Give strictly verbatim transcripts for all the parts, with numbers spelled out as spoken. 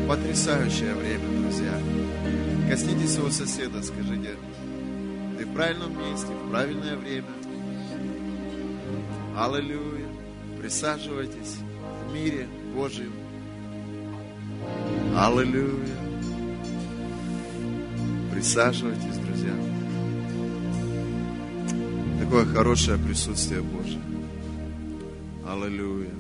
Потрясающее время, друзья. Коснитесь своего соседа, скажите: ты в правильном месте, в правильное время. Аллилуйя. Присаживайтесь в мире Божьем. Аллилуйя. Присаживайтесь, друзья. Такое хорошее присутствие Божие. Аллилуйя.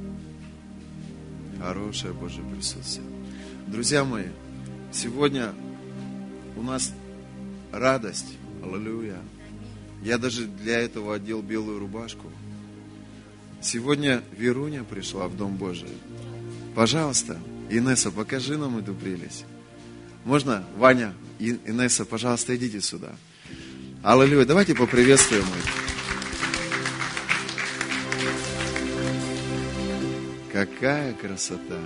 Хорошее Божье присутствие. Друзья мои, сегодня у нас радость. Аллилуйя. Я даже для этого одел белую рубашку. Сегодня Веруня пришла в Дом Божий. Пожалуйста, Инесса, покажи нам эту прелесть. Можно, Ваня, и Инесса, пожалуйста, идите сюда. Аллилуйя. Давайте поприветствуем их. Какая красота!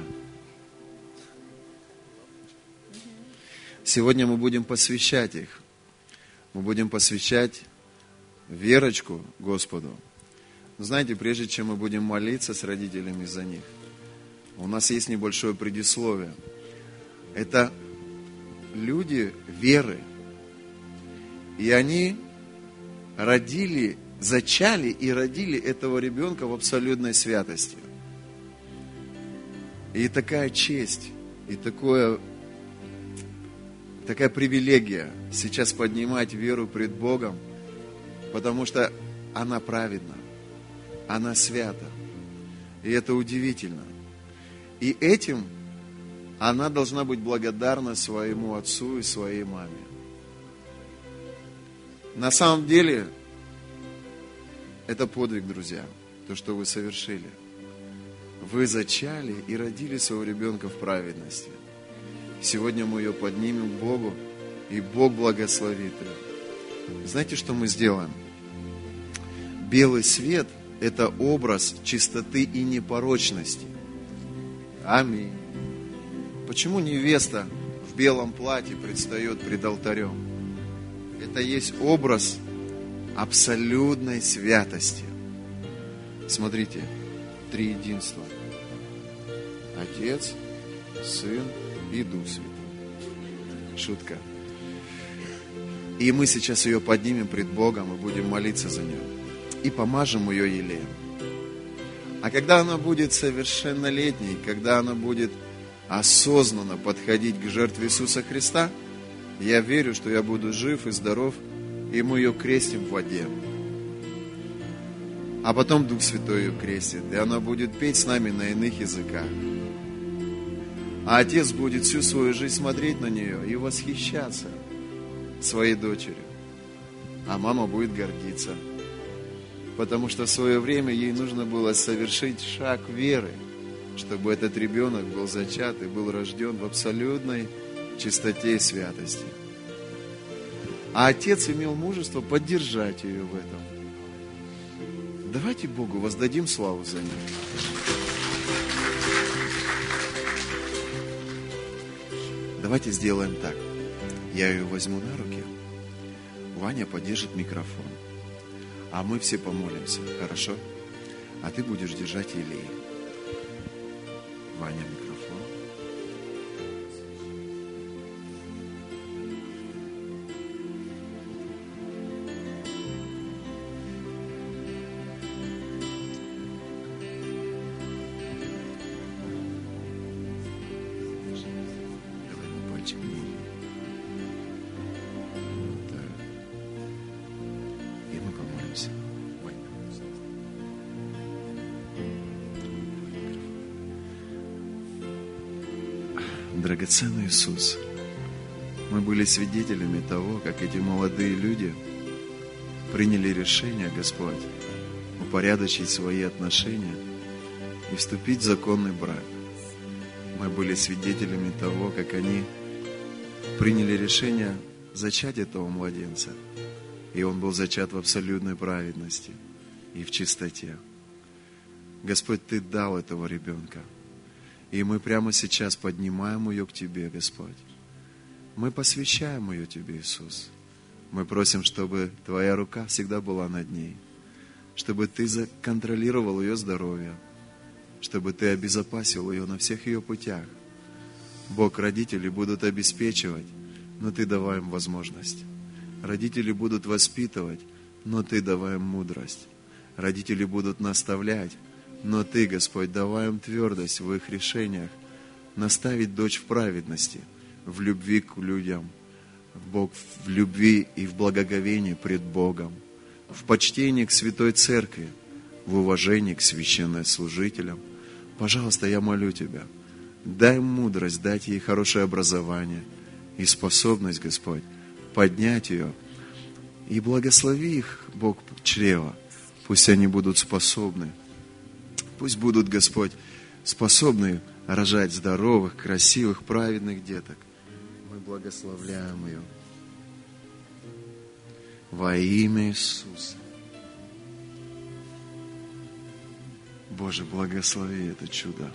Сегодня мы будем посвящать их. Мы будем посвящать Верочку Господу. Знаете, прежде чем мы будем молиться с родителями за них, у нас есть небольшое предисловие. Это люди веры. И они родили, зачали и родили этого ребенка в абсолютной святости. И такая честь, и такое, такая привилегия сейчас поднимать веру пред Богом, потому что она праведна, она свята. И это удивительно. И этим она должна быть благодарна своему отцу и своей маме. На самом деле, это подвиг, друзья, то, что вы совершили. Вы зачали и родили своего ребенка в праведности. Сегодня мы ее поднимем к Богу, и Бог благословит ее. Знаете, что мы сделаем? Белый свет – это образ чистоты и непорочности. Аминь. Почему невеста в белом платье предстает пред алтарем? Это есть образ абсолютной святости. Смотрите, триединство. Отец, Сын и Дух Святой. Шутка. И мы сейчас ее поднимем пред Богом и будем молиться за нее. И помажем ее елеем. А когда она будет совершеннолетней, когда она будет осознанно подходить к жертве Иисуса Христа, я верю, что я буду жив и здоров, и мы ее крестим в воде. А потом Дух Святой ее крестит, и она будет петь с нами на иных языках. А Отец будет всю свою жизнь смотреть на нее и восхищаться своей дочерью. А мама будет гордиться. Потому что в свое время ей нужно было совершить шаг веры, чтобы этот ребенок был зачат и был рожден в абсолютной чистоте и святости. А отец имел мужество поддержать ее в этом. Давайте Богу воздадим славу за них. Давайте сделаем так. Я ее возьму на руки, Ваня подержит микрофон, а мы все помолимся, хорошо? А ты будешь держать елей. Ваня, микрофон. Давай на пальчик. Так. И мы помолимся. Драгоценный Иисус, мы были свидетелями того, как эти молодые люди приняли решение, Господь, упорядочить свои отношения и вступить в законный брак. Мы были свидетелями того, как они приняли решение зачать этого младенца, и он был зачат в абсолютной праведности и в чистоте. Господь, Ты дал этого ребенка. И мы прямо сейчас поднимаем ее к Тебе, Господь. Мы посвящаем ее Тебе, Иисус. Мы просим, чтобы Твоя рука всегда была над ней. Чтобы Ты контролировал ее здоровье. Чтобы Ты обезопасил ее на всех ее путях. Бог, родители будут обеспечивать, но Ты давай им возможность. Родители будут воспитывать, но Ты давай им мудрость. Родители будут наставлять, но Ты, Господь, давай им твердость в их решениях. Наставить дочь в праведности, в любви к людям, в, Бог, в любви и в благоговении пред Богом, в почтении к Святой Церкви, в уважении к священнослужителям. Пожалуйста, я молю Тебя, дай им мудрость, дать ей хорошее образование и способность, Господь, поднять ее. И благослови их, Бог, чрева. Пусть они будут способны. Пусть будут, Господь, способны рожать здоровых, красивых, праведных деток. Мы благословляем ее. Во имя Иисуса. Боже, благослови это чудо.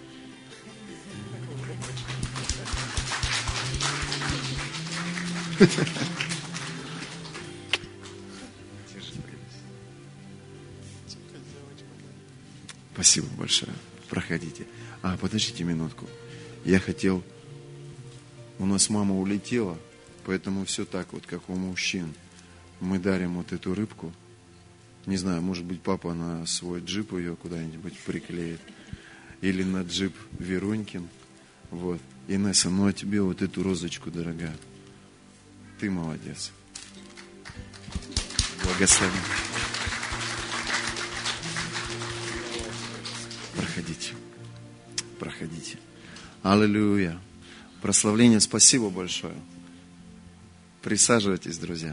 Спасибо большое. Проходите. А, подождите минутку. Я хотел... У нас мама улетела, поэтому все так вот, как у мужчин. Мы дарим вот эту рыбку. Не знаю, может быть, папа на свой джип ее куда-нибудь приклеит. Или на джип Верунькин. Вот. Инесса, ну а тебе вот эту розочку, дорогая. Ты молодец. Благослови. Проходите. Проходите. Аллилуйя. Прославление, спасибо большое. Присаживайтесь, друзья.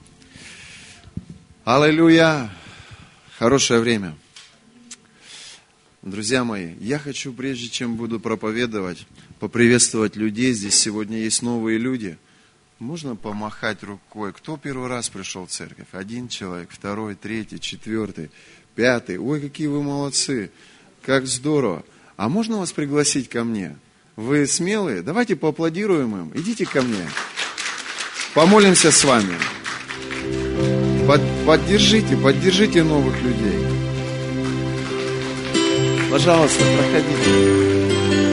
Аллилуйя. Хорошее время. Друзья мои, я хочу, прежде чем буду проповедовать, поприветствовать людей. Здесь сегодня есть новые люди. Можно помахать рукой? Кто первый раз пришел в церковь? Один человек, второй, третий, четвертый, пятый. Ой, какие вы молодцы. Как здорово. А можно вас пригласить ко мне? Вы смелые? Давайте поаплодируем им. Идите ко мне. Помолимся с вами. Под, поддержите, поддержите новых людей. Пожалуйста, проходите.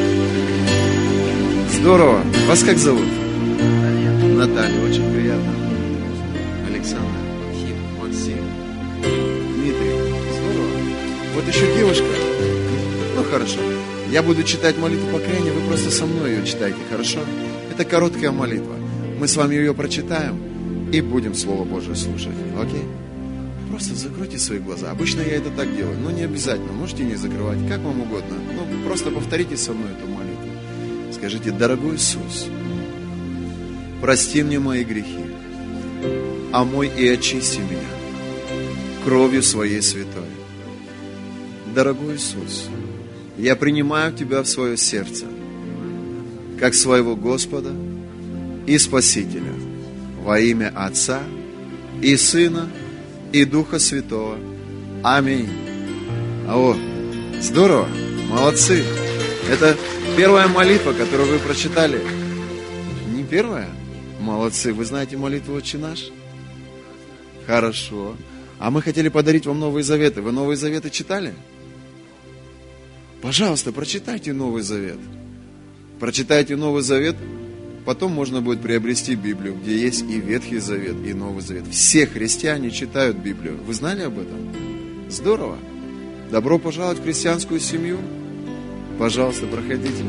Здорово. Вас как зовут? Наталья. Очень приятно. Александр. Максим. Дмитрий. Здорово. Вот еще девушка. Ну, хорошо. Я буду читать молитву покаяния, вы просто со мной ее читайте, хорошо? Это короткая молитва. Мы с вами ее прочитаем и будем Слово Божие слушать, окей? Просто закройте свои глаза. Обычно я это так делаю, но не обязательно. Можете не закрывать, как вам угодно. Ну, просто повторите со мной эту молитву. Скажите: дорогой Иисус, прости мне мои грехи, омой и очисти меня кровью Своей святой. Дорогой Иисус, я принимаю Тебя в свое сердце, как своего Господа и Спасителя, во имя Отца и Сына и Духа Святого. Аминь. О, здорово, молодцы. Это первая молитва, которую вы прочитали. Не первая? Молодцы. Вы знаете молитву «Отче наш»? Хорошо. А мы хотели подарить вам Новые Заветы. Вы Новые Заветы читали? Пожалуйста, прочитайте Новый Завет. Прочитайте Новый Завет, потом можно будет приобрести Библию, где есть и Ветхий Завет, и Новый Завет. Все христиане читают Библию. Вы знали об этом? Здорово. Добро пожаловать в христианскую семью. Пожалуйста, проходите.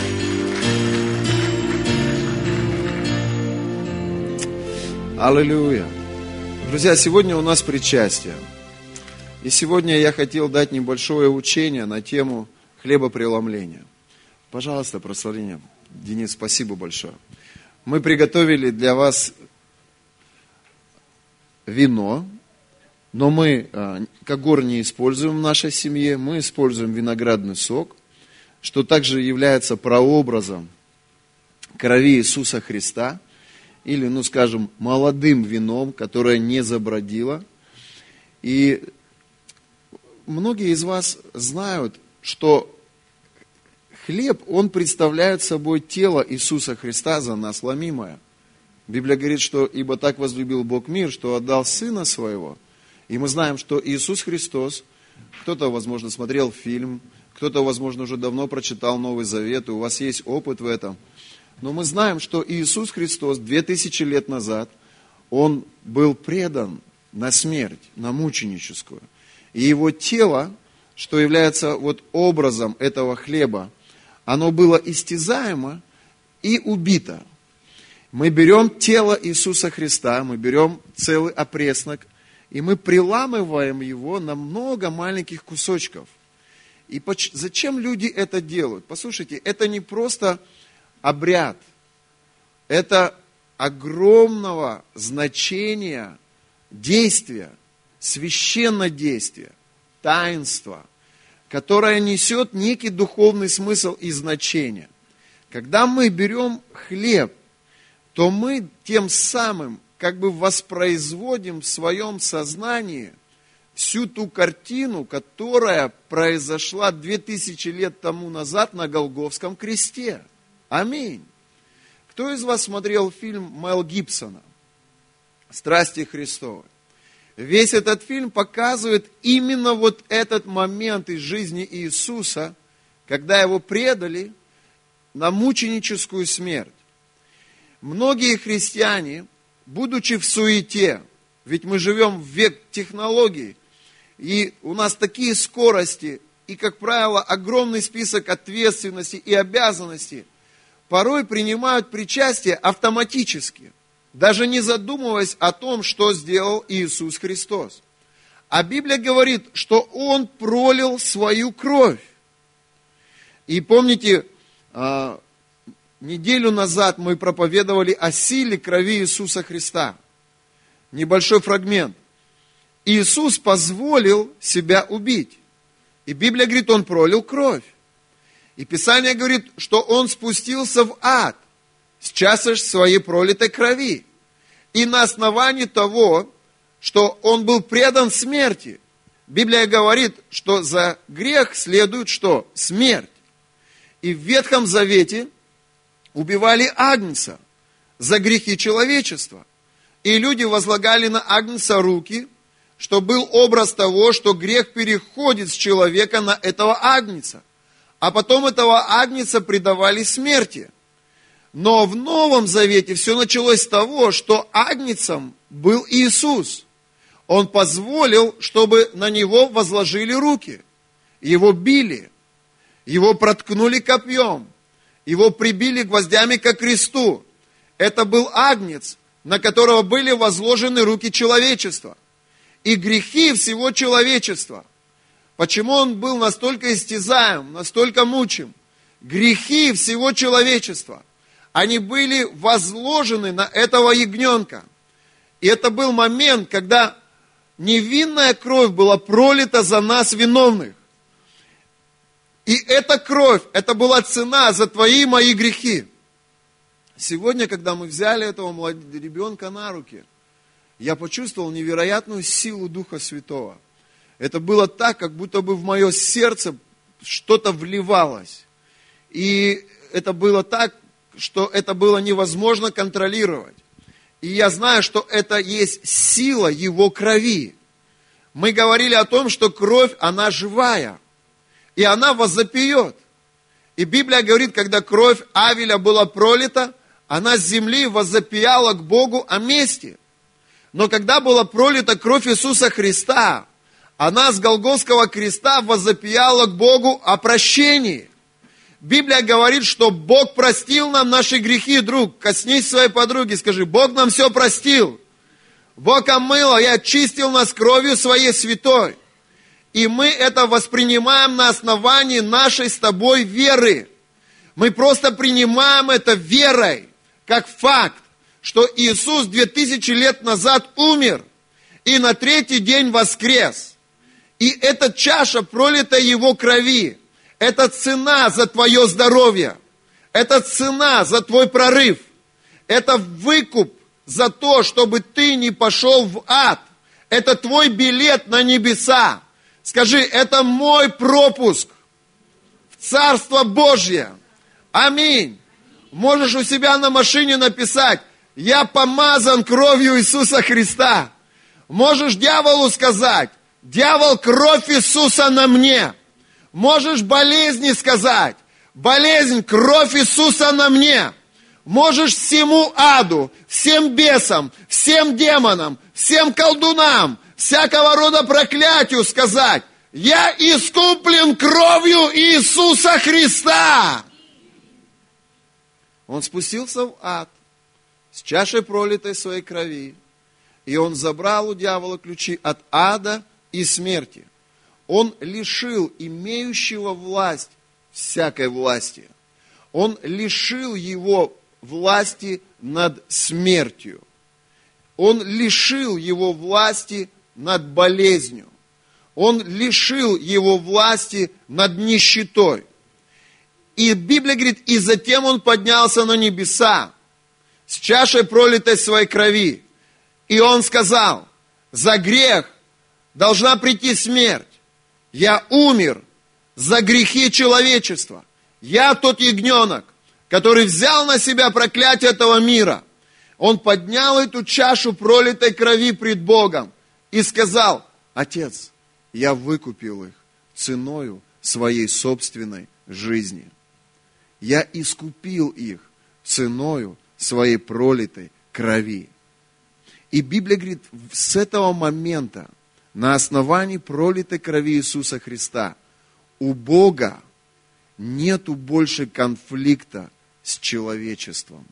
Аллилуйя. Друзья, сегодня у нас причастие. И сегодня я хотел дать небольшое учение на тему хлебопреломления. Пожалуйста, прославление. Денис, спасибо большое. Мы приготовили для вас вино, но мы когор не используем в нашей семье, мы используем виноградный сок, что также является прообразом крови Иисуса Христа, или, ну скажем, молодым вином, которое не забродило. И многие из вас знают, что хлеб, он представляет собой тело Иисуса Христа за нас ломимое. Библия говорит, что «Ибо так возлюбил Бог мир, что отдал Сына Своего». И мы знаем, что Иисус Христос, кто-то, возможно, смотрел фильм, Кто-то, возможно, уже давно прочитал Новый Завет, и у вас есть опыт в этом. Но мы знаем, что Иисус Христос две тысячи лет назад, Он был предан на смерть, на мученическую. И Его тело, что является вот образом этого хлеба, оно было истязаемо и убито. Мы берем тело Иисуса Христа, мы берем целый опреснок, и мы приламываем его на много маленьких кусочков. И зачем люди это делают? Послушайте, это не просто обряд, это огромного значения действия, священное действие, таинство, которое несет некий духовный смысл и значение. Когда мы берем хлеб, то мы тем самым как бы воспроизводим в своем сознании всю ту картину, которая произошла две тысячи лет тому назад на Голгофском кресте. Аминь. Кто из вас смотрел фильм Мел Гибсона «Страсти Христовы»? Весь этот фильм показывает именно вот этот момент из жизни Иисуса, когда Его предали на мученическую смерть. Многие христиане, будучи в суете, ведь мы живем в век технологий, и у нас такие скорости, и, как правило, огромный список ответственностей и обязанностей, порой принимают причастие автоматически, даже не задумываясь о том, что сделал Иисус Христос. А Библия говорит, что Он пролил свою кровь. И помните, неделю назад мы проповедовали о силе крови Иисуса Христа. Небольшой фрагмент. Иисус позволил себя убить. И Библия говорит, Он пролил кровь. И Писание говорит, что Он спустился в ад с чашей своей пролитой крови. И на основании того, что Он был предан смерти, Библия говорит, что за грех следует что? Смерть. И в Ветхом Завете убивали агнца за грехи человечества. И люди возлагали на агнца руки, что был образ того, что грех переходит с человека на этого агнца. А потом этого агнца предавали смерти. Но в Новом Завете все началось с того, что агнцем был Иисус. Он позволил, чтобы на Него возложили руки. Его били, Его проткнули копьем, Его прибили гвоздями ко кресту. Это был агнец, на которого были возложены руки человечества. И грехи всего человечества. Почему Он был настолько истязаем, настолько мучим? Грехи всего человечества. Они были возложены на этого ягненка. И это был момент, когда невинная кровь была пролита за нас виновных. И эта кровь, это была цена за твои и мои грехи. Сегодня, когда мы взяли этого ребенка на руки, я почувствовал невероятную силу Духа Святого. Это было так, как будто бы в мое сердце что-то вливалось. И это было так, что это было невозможно контролировать. И я знаю, что это есть сила Его крови. Мы говорили о том, что кровь, она живая. И она возопьет. И Библия говорит, когда кровь Авеля была пролита, она с земли возопияла к Богу о мести. Но когда была пролита кровь Иисуса Христа, она с Голгофского креста возопияла к Богу о прощении. Библия говорит, что Бог простил нам наши грехи, друг. Коснись своей подруги, скажи, Бог нам все простил. Бог омыл и очистил нас кровью своей святой. И мы это воспринимаем на основании нашей с тобой веры. Мы просто принимаем это верой, как факт, что Иисус две тысячи лет назад умер и на третий день воскрес. И эта чаша, пролитая Его крови, это цена за твое здоровье, это цена за твой прорыв, это выкуп за то, чтобы ты не пошел в ад. Это твой билет на небеса. Скажи, это мой пропуск в Царство Божье. Аминь. Можешь у себя на машине написать, я помазан кровью Иисуса Христа. Можешь дьяволу сказать, дьявол, кровь Иисуса на мне. Можешь болезни сказать. Болезнь, кровь Иисуса на мне. Можешь всему аду, всем бесам, всем демонам, всем колдунам, всякого рода проклятию сказать: я искуплен кровью Иисуса Христа. Он спустился в ад с чашей пролитой своей крови. И он забрал у дьявола ключи от ада и смерти. Он лишил имеющего власть всякой власти. Он лишил его власти над смертью. Он лишил его власти над болезнью. Он лишил его власти над нищетой. И Библия говорит, и затем он поднялся на небеса с чашей пролитой своей крови. И он сказал: за грех должна прийти смерть. Я умер за грехи человечества. Я тот ягненок, который взял на себя проклятие этого мира. Он поднял эту чашу пролитой крови пред Богом и сказал: Отец, я выкупил их ценою своей собственной жизни. Я искупил их ценою своей пролитой крови. И Библия говорит, с этого момента, на основании пролитой крови Иисуса Христа, у Бога нету больше конфликта с человечеством.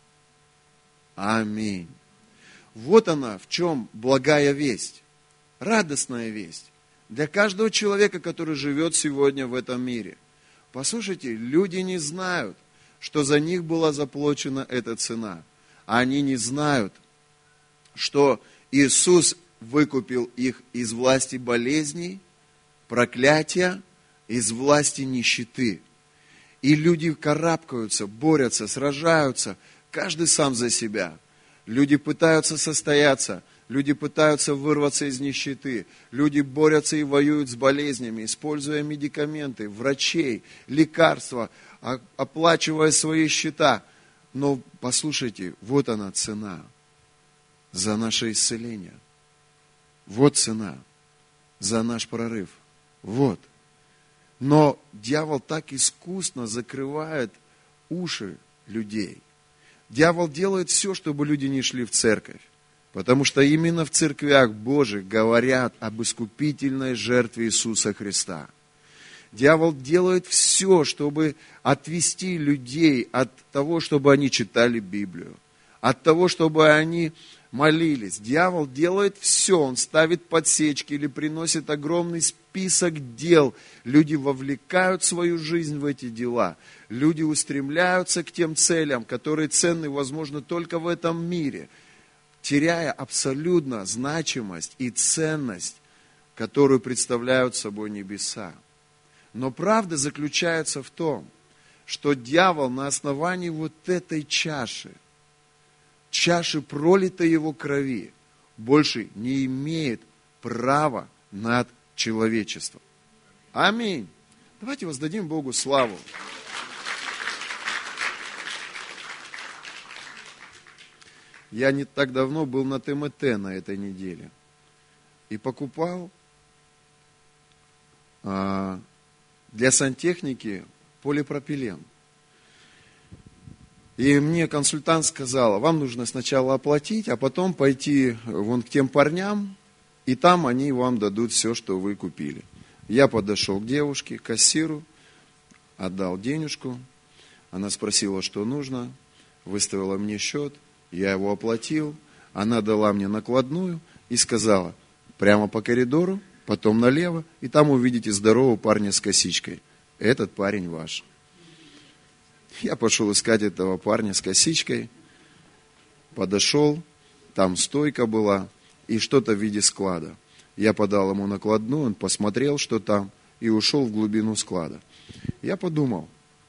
Аминь. Вот она, в чем благая весть, радостная весть для каждого человека, который живет сегодня в этом мире. Послушайте, люди не знают, что за них была заплачена эта цена. Они не знают, что Иисус выкупил их из власти болезней, проклятия, из власти нищеты. И люди карабкаются, борются, сражаются, каждый сам за себя. Люди пытаются состояться, люди пытаются вырваться из нищеты. Люди борются и воюют с болезнями, используя медикаменты, врачей, лекарства, оплачивая свои счета. Но послушайте, вот она цена за наше исцеление. Вот цена за наш прорыв. Вот. Но дьявол так искусно закрывает уши людей. Дьявол делает все, чтобы люди не шли в церковь. Потому что именно в церквях Божьих говорят об искупительной жертве Иисуса Христа. Дьявол делает все, чтобы отвести людей от того, чтобы они читали Библию, от того, чтобы они молились. Дьявол делает все, он ставит подсечки или приносит огромный список дел. Люди вовлекают свою жизнь в эти дела. Люди устремляются к тем целям, которые ценны, возможно, только в этом мире, теряя абсолютно значимость и ценность, которую представляют собой небеса. Но правда заключается в том, что дьявол на основании вот этой чаши, чаши пролитой его крови, больше не имеет права над человечеством. Аминь. Давайте воздадим Богу славу. Я не так давно был на ТМТ на этой неделе и покупал а, для сантехники полипропилен. И мне консультант сказала: вам нужно сначала оплатить, а потом пойти вон к тем парням, и там они вам дадут все, что вы купили. Я подошел к девушке, к кассиру, отдал денежку. Она спросила, что нужно, выставила мне счет, я его оплатил. Она дала мне накладную и сказала: прямо по коридору, потом налево, и там увидите здорового парня с косичкой. Этот парень ваш. Я пошел искать этого парня с косичкой, подошел, там стойка была и что-то в виде склада. Я подал ему накладную, он посмотрел, что там, и ушел в глубину склада. Я подумал,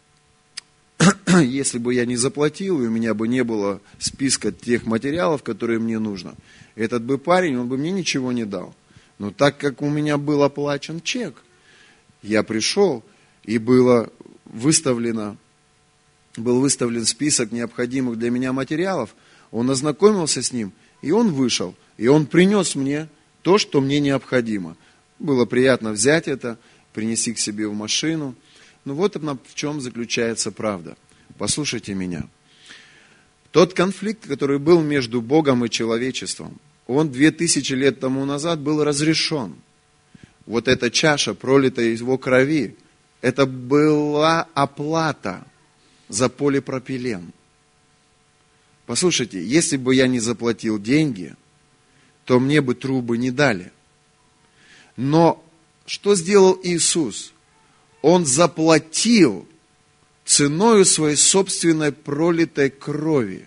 если бы я не заплатил, и у меня бы не было списка тех материалов, которые мне нужно, этот бы парень, он бы мне ничего не дал. Но так как у меня был оплачен чек, я пришел, и было выставлено, был выставлен список необходимых для меня материалов, он ознакомился с ним, и он вышел, и он принес мне то, что мне необходимо. Было приятно взять это, принеси к себе в машину. Ну вот в чем заключается правда. Послушайте меня. Тот конфликт, который был между Богом и человечеством, он две тысячи лет тому назад был разрешен. Вот эта чаша, пролитая из его крови, это была оплата за полипропилен. Послушайте, если бы я не заплатил деньги, то мне бы трубы не дали. Но что сделал Иисус? Он заплатил ценою своей собственной пролитой крови,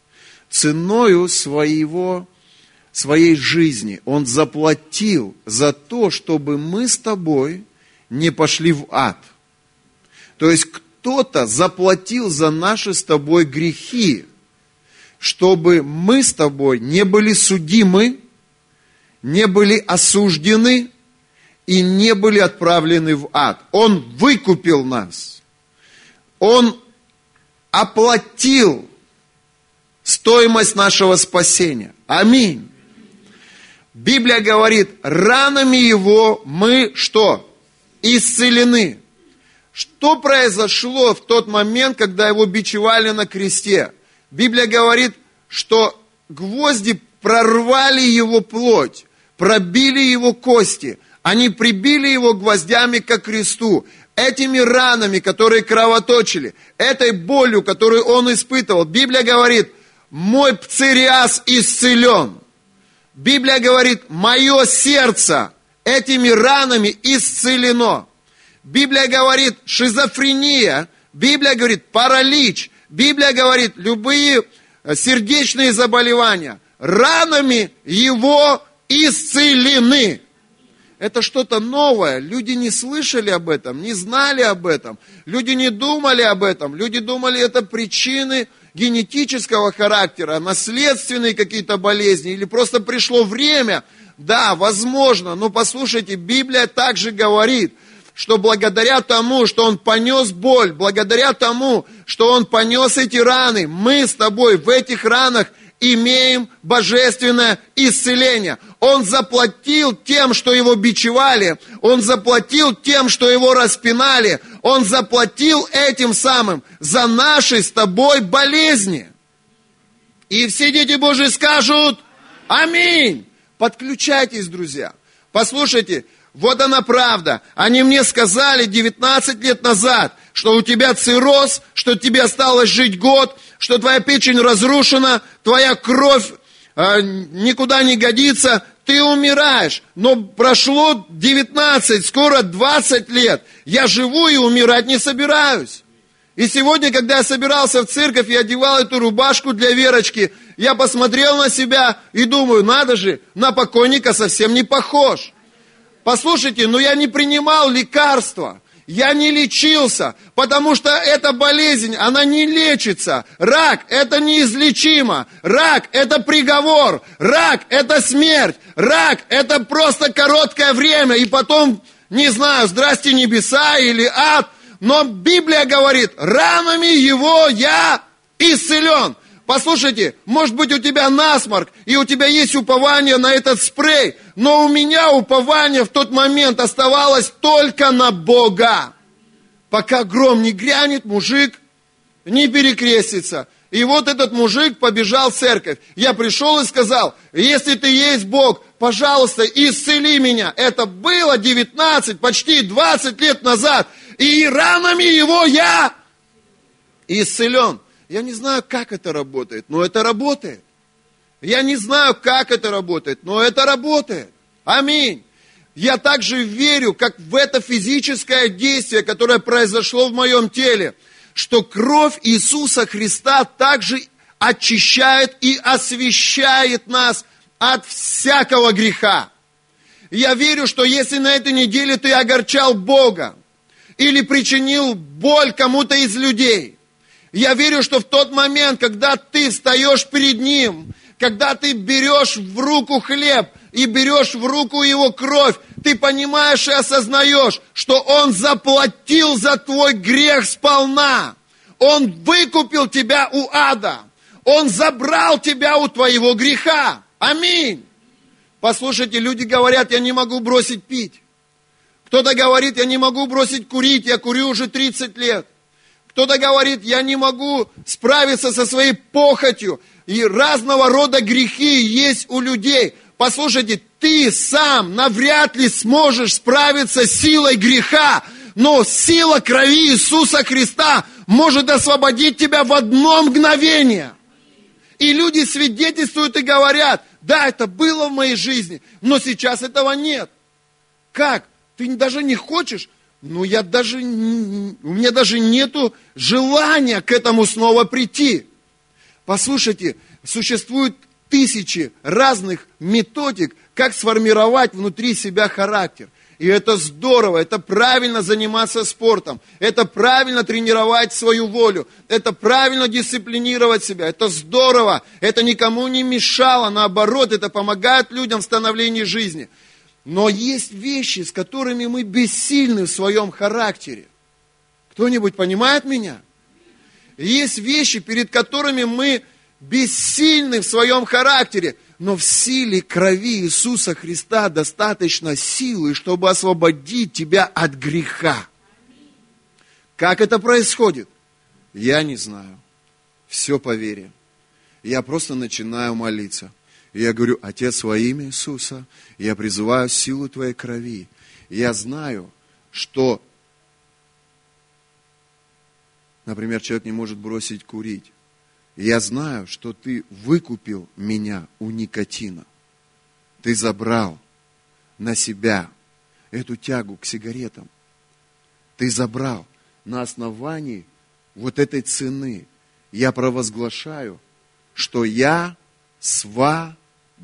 ценою своего, своей жизни. Он заплатил за то, чтобы мы с тобой не пошли в ад. То есть кто-то заплатил за наши с тобой грехи, чтобы мы с тобой не были судимы, не были осуждены и не были отправлены в ад. Он выкупил нас. Он оплатил стоимость нашего спасения. Аминь. Библия говорит, ранами Его мы что? Исцелены. Что произошло в тот момент, когда Его бичевали на кресте? Библия говорит, что гвозди прорвали Его плоть, пробили Его кости. Они прибили Его гвоздями ко кресту. Этими ранами, которые кровоточили, этой болью, которую Он испытывал. Библия говорит, мой пцериаз исцелен. Библия говорит, мое сердце этими ранами исцелено. Библия говорит, шизофрения. Библия говорит, паралич. Библия говорит, любые сердечные заболевания ранами Его исцелены. Это что-то новое. Люди не слышали об этом, не знали об этом. Люди не думали об этом. Люди думали, это причины генетического характера, наследственные какие-то болезни, или просто пришло время. Да, возможно, но послушайте, Библия также говорит, что благодаря тому, что Он понес боль, благодаря тому, что Он понес эти раны, мы с тобой в этих ранах имеем божественное исцеление. Он заплатил тем, что Его бичевали. Он заплатил тем, что Его распинали. Он заплатил этим самым за наши с тобой болезни. И все дети Божьи скажут аминь. Подключайтесь, друзья. Послушайте, вот она правда. Они мне сказали девятнадцать лет назад, что у тебя цирроз, что тебе осталось жить год, что твоя печень разрушена, твоя кровь э, никуда не годится, ты умираешь. Но прошло девятнадцать, скоро двадцать лет. Я живу и умирать не собираюсь. И сегодня, когда я собирался в церковь и одевал эту рубашку для Верочки, я посмотрел на себя и думаю, надо же, на покойника совсем не похож. Послушайте, но я не принимал лекарства. Я не лечился, потому что эта болезнь, она не лечится. Рак – это неизлечимо. Рак – это приговор. Рак – это смерть. Рак – это просто короткое время. И потом, не знаю, здрасте небеса или ад. Но Библия говорит, ранами Его я исцелен. Послушайте, может быть у тебя насморк, и у тебя есть упование на этот спрей, но у меня упование в тот момент оставалось только на Бога. Пока гром не грянет, мужик не перекрестится. И вот этот мужик побежал в церковь. Я пришел и сказал, если ты есть Бог, пожалуйста, исцели меня. Это было девятнадцать, почти двадцать лет назад. И ранами Его я исцелен. Я не знаю, как это работает, но это работает. Я не знаю, как это работает, но это работает. Аминь. Я также верю, как в это физическое действие, которое произошло в моем теле, что кровь Иисуса Христа также очищает и освящает нас от всякого греха. Я верю, что если на этой неделе ты огорчал Бога или причинил боль кому-то из людей, я верю, что в тот момент, когда ты встаешь перед Ним, когда ты берешь в руку хлеб и берешь в руку Его кровь, ты понимаешь и осознаешь, что Он заплатил за твой грех сполна. Он выкупил тебя у ада. Он забрал тебя у твоего греха. Аминь. Послушайте, люди говорят, я не могу бросить пить. Кто-то говорит, я не могу бросить курить, я курю уже тридцать лет. Кто-то говорит, я не могу справиться со своей похотью. И разного рода грехи есть у людей. Послушайте, ты сам навряд ли сможешь справиться с силой греха, но сила крови Иисуса Христа может освободить тебя в одно мгновение. И люди свидетельствуют и говорят, да, это было в моей жизни, но сейчас этого нет. Как? Ты даже не хочешь? Ну, я даже, у меня даже нету желания к этому снова прийти. Послушайте, существует тысячи разных методик, как сформировать внутри себя характер. И это здорово, это правильно заниматься спортом, это правильно тренировать свою волю, это правильно дисциплинировать себя, это здорово, это никому не мешало, наоборот, это помогает людям в становлении жизни. Но есть вещи, с которыми мы бессильны в своем характере. Кто-нибудь понимает меня? Есть вещи, перед которыми мы бессильны в своем характере, но в силе крови Иисуса Христа достаточно силы, чтобы освободить тебя от греха. Как это происходит? Я не знаю. Все по вере. Я просто начинаю молиться. И я говорю, Отец, во имя Иисуса, я призываю силу Твоей крови. И я знаю, что, например, человек не может бросить курить. И я знаю, что Ты выкупил меня у никотина. Ты забрал на себя эту тягу к сигаретам. Ты забрал на основании вот этой цены. Я провозглашаю, что я свободен.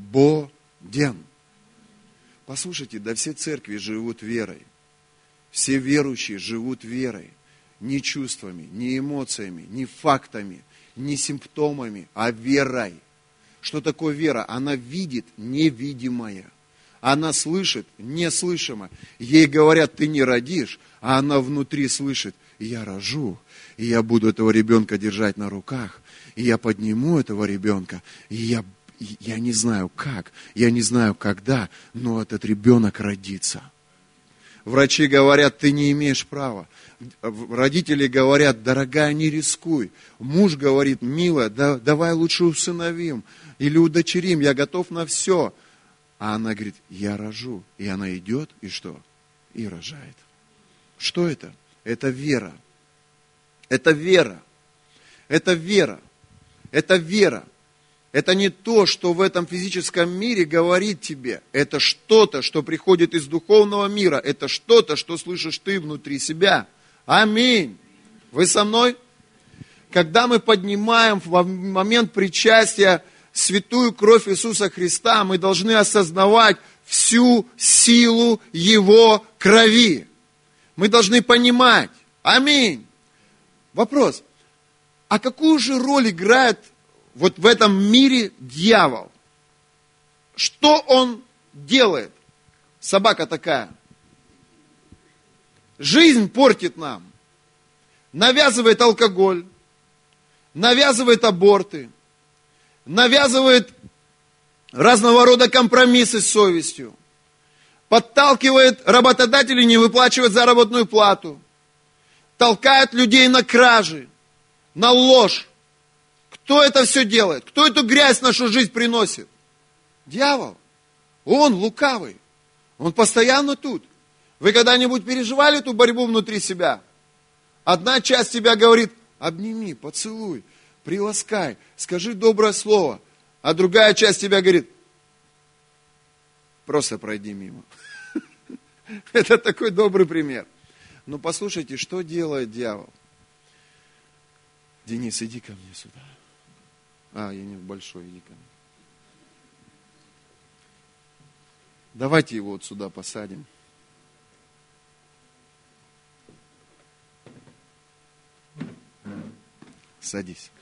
Послушайте, да все церкви живут верой. Все верующие живут верой. Не чувствами, не эмоциями, не фактами, не симптомами, а верой. Что такое вера? Она видит невидимое. Она слышит неслышимое. Ей говорят, ты не родишь, а она внутри слышит, я рожу, и я буду этого ребенка держать на руках, и я подниму этого ребенка, и я, я не знаю как, я не знаю когда, но этот ребенок родится. Врачи говорят, ты не имеешь права. Родители говорят, дорогая, не рискуй. Муж говорит, милая, да, давай лучше усыновим или удочерим, я готов на все. А она говорит, я рожу. И она идет, и что? И рожает. Что это? Это вера. Это вера. Это вера. Это вера. Это не то, что в этом физическом мире говорит тебе. Это что-то, что приходит из духовного мира. Это что-то, что слышишь ты внутри себя. Аминь. Вы со мной? Когда мы поднимаем в момент причастия святую кровь Иисуса Христа, мы должны осознавать всю силу Его крови. Мы должны понимать. Аминь. Вопрос. А какую же роль играет вот в этом мире дьявол? Что он делает? Собака такая. Жизнь портит нам. Навязывает алкоголь. Навязывает аборты. Навязывает разного рода компромиссы с совестью. Подталкивает работодателей не выплачивать заработную плату. Толкает людей на кражи, на ложь. Кто это все делает? Кто эту грязь в нашу жизнь приносит? Дьявол. Он лукавый. Он постоянно тут. Вы когда-нибудь переживали эту борьбу внутри себя? Одна часть тебя говорит, обними, поцелуй, приласкай, скажи доброе слово. А другая часть тебя говорит, просто пройди мимо. Это такой добрый пример. Но послушайте, что делает дьявол? Денис, иди ко мне сюда. А, я не большой, иди ко мне. Давайте его вот сюда посадим. Садись.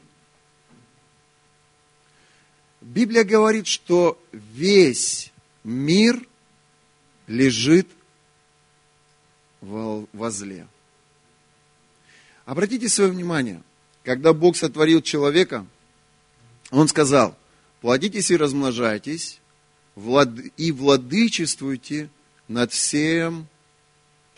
Библия говорит, что весь мир лежит во зле. Обратите свое внимание, когда Бог сотворил человека, Он сказал, плодитесь и размножайтесь, и владычествуйте над всем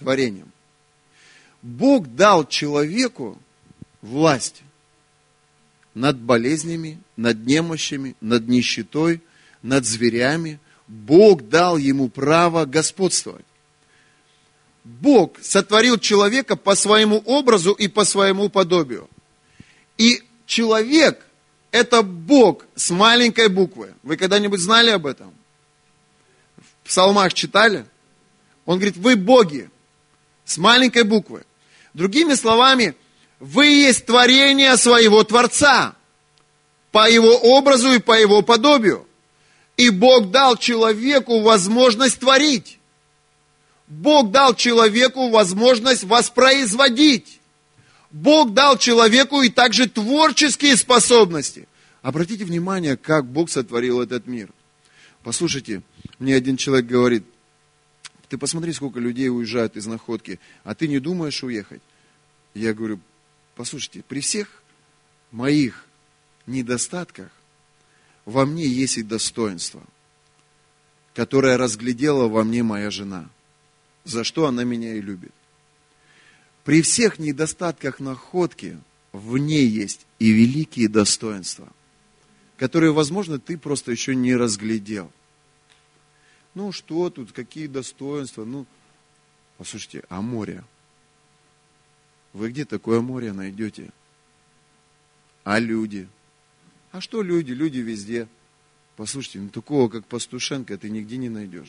творением. Бог дал человеку власть над болезнями, над немощами, над нищетой, над зверями. Бог дал ему право господствовать. Бог сотворил человека по своему образу и по своему подобию. И человек – это Бог с маленькой буквы. Вы когда-нибудь знали об этом? В псалмах читали? Он говорит, вы боги с маленькой буквы. Другими словами, вы есть творение своего Творца по его образу и по его подобию. И Бог дал человеку возможность творить. Бог дал человеку возможность воспроизводить. Бог дал человеку и также творческие способности. Обратите внимание, как Бог сотворил этот мир. Послушайте, мне один человек говорит, ты посмотри, сколько людей уезжают из Находки, а ты не думаешь уехать? Я говорю, послушайте, при всех моих недостатках во мне есть и достоинство, которое разглядела во мне моя жена, за что она меня и любит. При всех недостатках Находки в ней есть и великие достоинства, которые, возможно, ты просто еще не разглядел. Ну что тут, какие достоинства? Ну, послушайте, а море? Вы где такое море найдете? А люди? А что люди? Люди везде. Послушайте, ну такого, как Пастушенко, ты нигде не найдешь.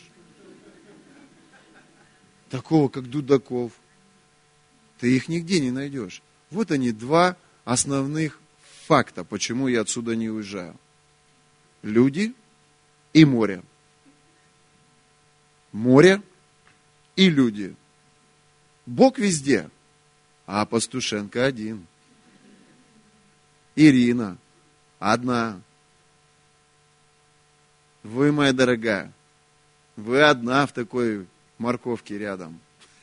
Такого, как Дудаков, ты их нигде не найдешь. Вот они, два основных факта, почему я отсюда не уезжаю. Люди и море. Море и люди. Бог везде, а Пастушенко один. Ирина одна. Вы, моя дорогая, вы одна в такой морковке рядом.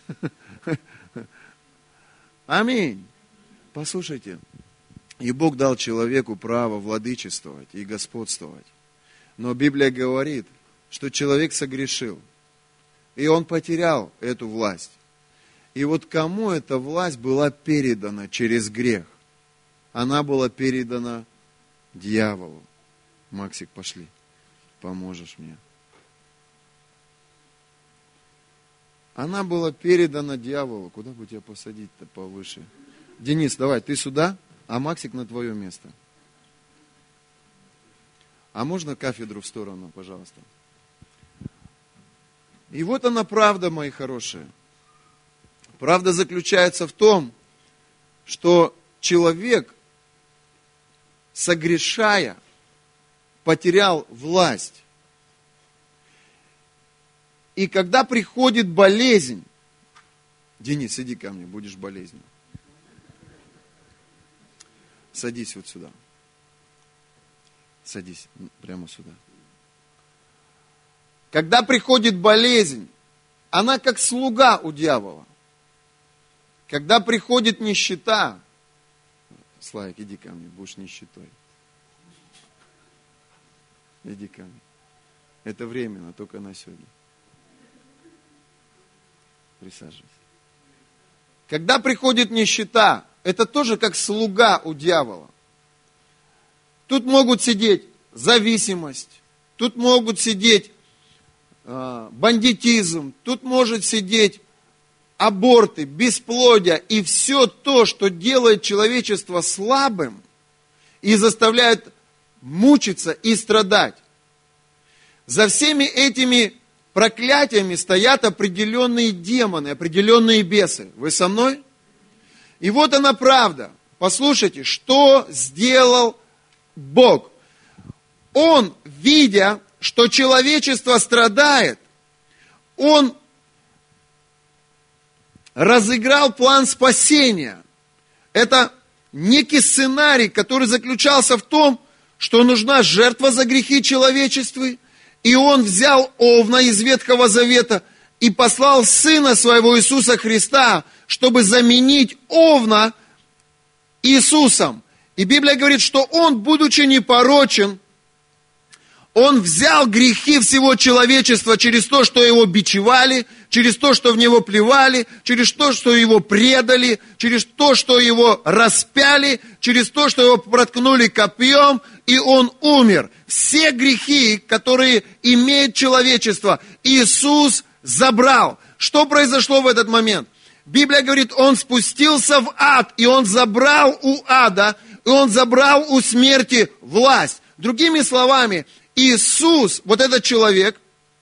Аминь. Послушайте, и Бог дал человеку право владычествовать и господствовать. Но Библия говорит, что человек согрешил, и он потерял эту власть. И вот кому эта власть была передана через грех? Она была передана дьяволу. Максик, пошли, поможешь мне. Она была передана дьяволу. Куда бы тебя посадить-то повыше? Денис, давай, ты сюда, а Максик на твое место. А можно кафедру в сторону, пожалуйста? И вот она правда, мои хорошие. Правда заключается в том, что человек, согрешая, потерял власть. И когда приходит болезнь, Денис, иди ко мне, будешь болезнью. Садись вот сюда. Садись прямо сюда. Когда приходит болезнь, она как слуга у дьявола. Когда приходит нищета, Славик, иди ко мне, будешь нищетой. Иди ко мне. Это временно, только на сегодня. Присаживайся. Когда приходит нищета, это тоже как слуга у дьявола. Тут могут сидеть зависимость, тут могут сидеть э, бандитизм, тут может сидеть аборты, бесплодие и все то, что делает человечество слабым и заставляет мучиться и страдать. За всеми этими проклятиями стоят определенные демоны, определенные бесы. Вы со мной? И вот она правда. Послушайте, что сделал Бог. Он, видя, что человечество страдает, Он разыграл план спасения. Это некий сценарий, который заключался в том, что нужна жертва за грехи человечества, и Он взял овна из Ветхого Завета и послал Сына Своего Иисуса Христа, чтобы заменить овна Иисусом. И Библия говорит, что Он, будучи непорочен, Он взял грехи всего человечества через то, что Его бичевали, через то, что в него плевали, через то, что его предали, через то, что его распяли, через то, что его проткнули копьем, и он умер. Все грехи, которые имеет человечество, Иисус забрал. Что произошло в этот момент? Библия говорит, он спустился в ад, и он забрал у ада, и он забрал у смерти власть. Другими словами, Иисус, вот этот человек,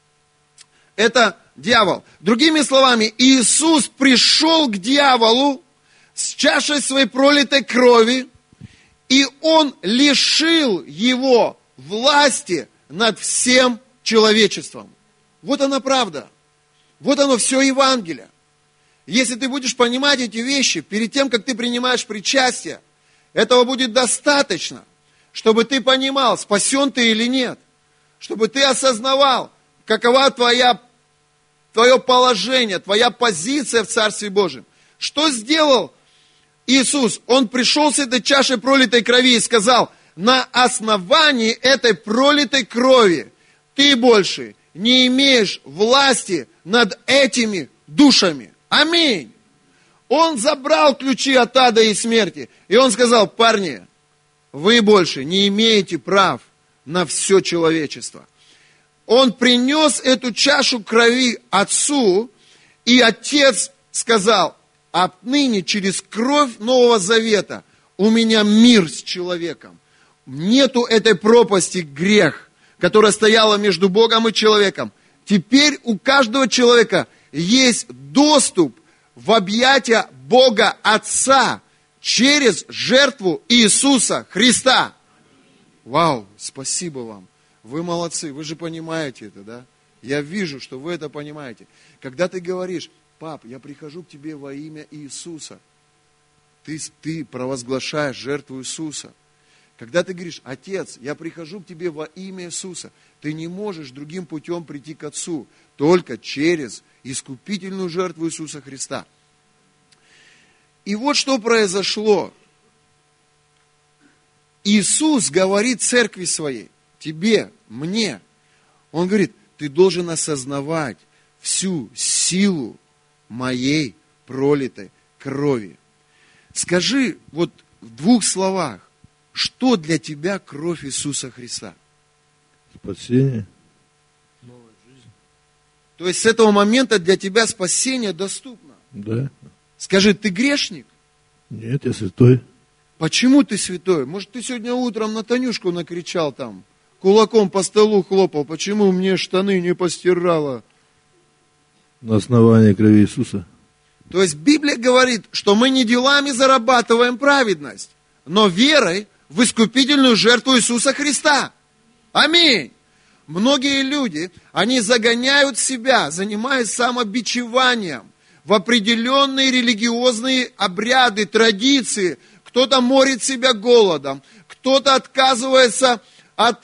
это дьявол. Другими словами, Иисус пришел к дьяволу с чашей своей пролитой крови, и он лишил его власти над всем человечеством. Вот она правда. Вот оно все Евангелие. Если ты будешь понимать эти вещи, перед тем, как ты принимаешь причастие, этого будет достаточно, чтобы ты понимал, спасен ты или нет. Чтобы ты осознавал, какова твоя, твое положение, твоя позиция в Царстве Божьем. Что сделал Иисус? Он пришел с этой чашей пролитой крови и сказал, на основании этой пролитой крови ты больше не имеешь власти над этими душами. Аминь. Он забрал ключи от ада и смерти. И он сказал, парни, вы больше не имеете прав на все человечество. Он принес эту чашу крови Отцу, и Отец сказал, отныне через кровь Нового Завета у меня мир с человеком. Нету этой пропасти грех, которая стояла между Богом и человеком. Теперь у каждого человека есть доступ в объятия Бога Отца через жертву Иисуса Христа. Вау, спасибо вам. Вы молодцы, вы же понимаете это, да? Я вижу, что вы это понимаете. Когда ты говоришь, пап, я прихожу к тебе во имя Иисуса, ты, ты провозглашаешь жертву Иисуса. Когда ты говоришь, Отец, я прихожу к тебе во имя Иисуса, ты не можешь другим путем прийти к Отцу, только через искупительную жертву Иисуса Христа. И вот что произошло. Иисус говорит церкви своей, тебе, мне, Он говорит, ты должен осознавать всю силу моей пролитой крови. Скажи вот в двух словах, что для тебя кровь Иисуса Христа? Спасение. Новая жизнь. То есть с этого момента для тебя спасение доступно? Да. Скажи, ты грешник? Нет, я святой. Почему ты святой? Может, ты сегодня утром на Танюшку накричал там, кулаком по столу хлопал, почему мне штаны не постирала? На основании крови Иисуса. То есть Библия говорит, что мы не делами зарабатываем праведность, но верой в искупительную жертву Иисуса Христа. Аминь. Многие люди, они загоняют себя, занимаясь самобичеванием в определенные религиозные обряды, традиции. Кто-то морит себя голодом, кто-то отказывается от,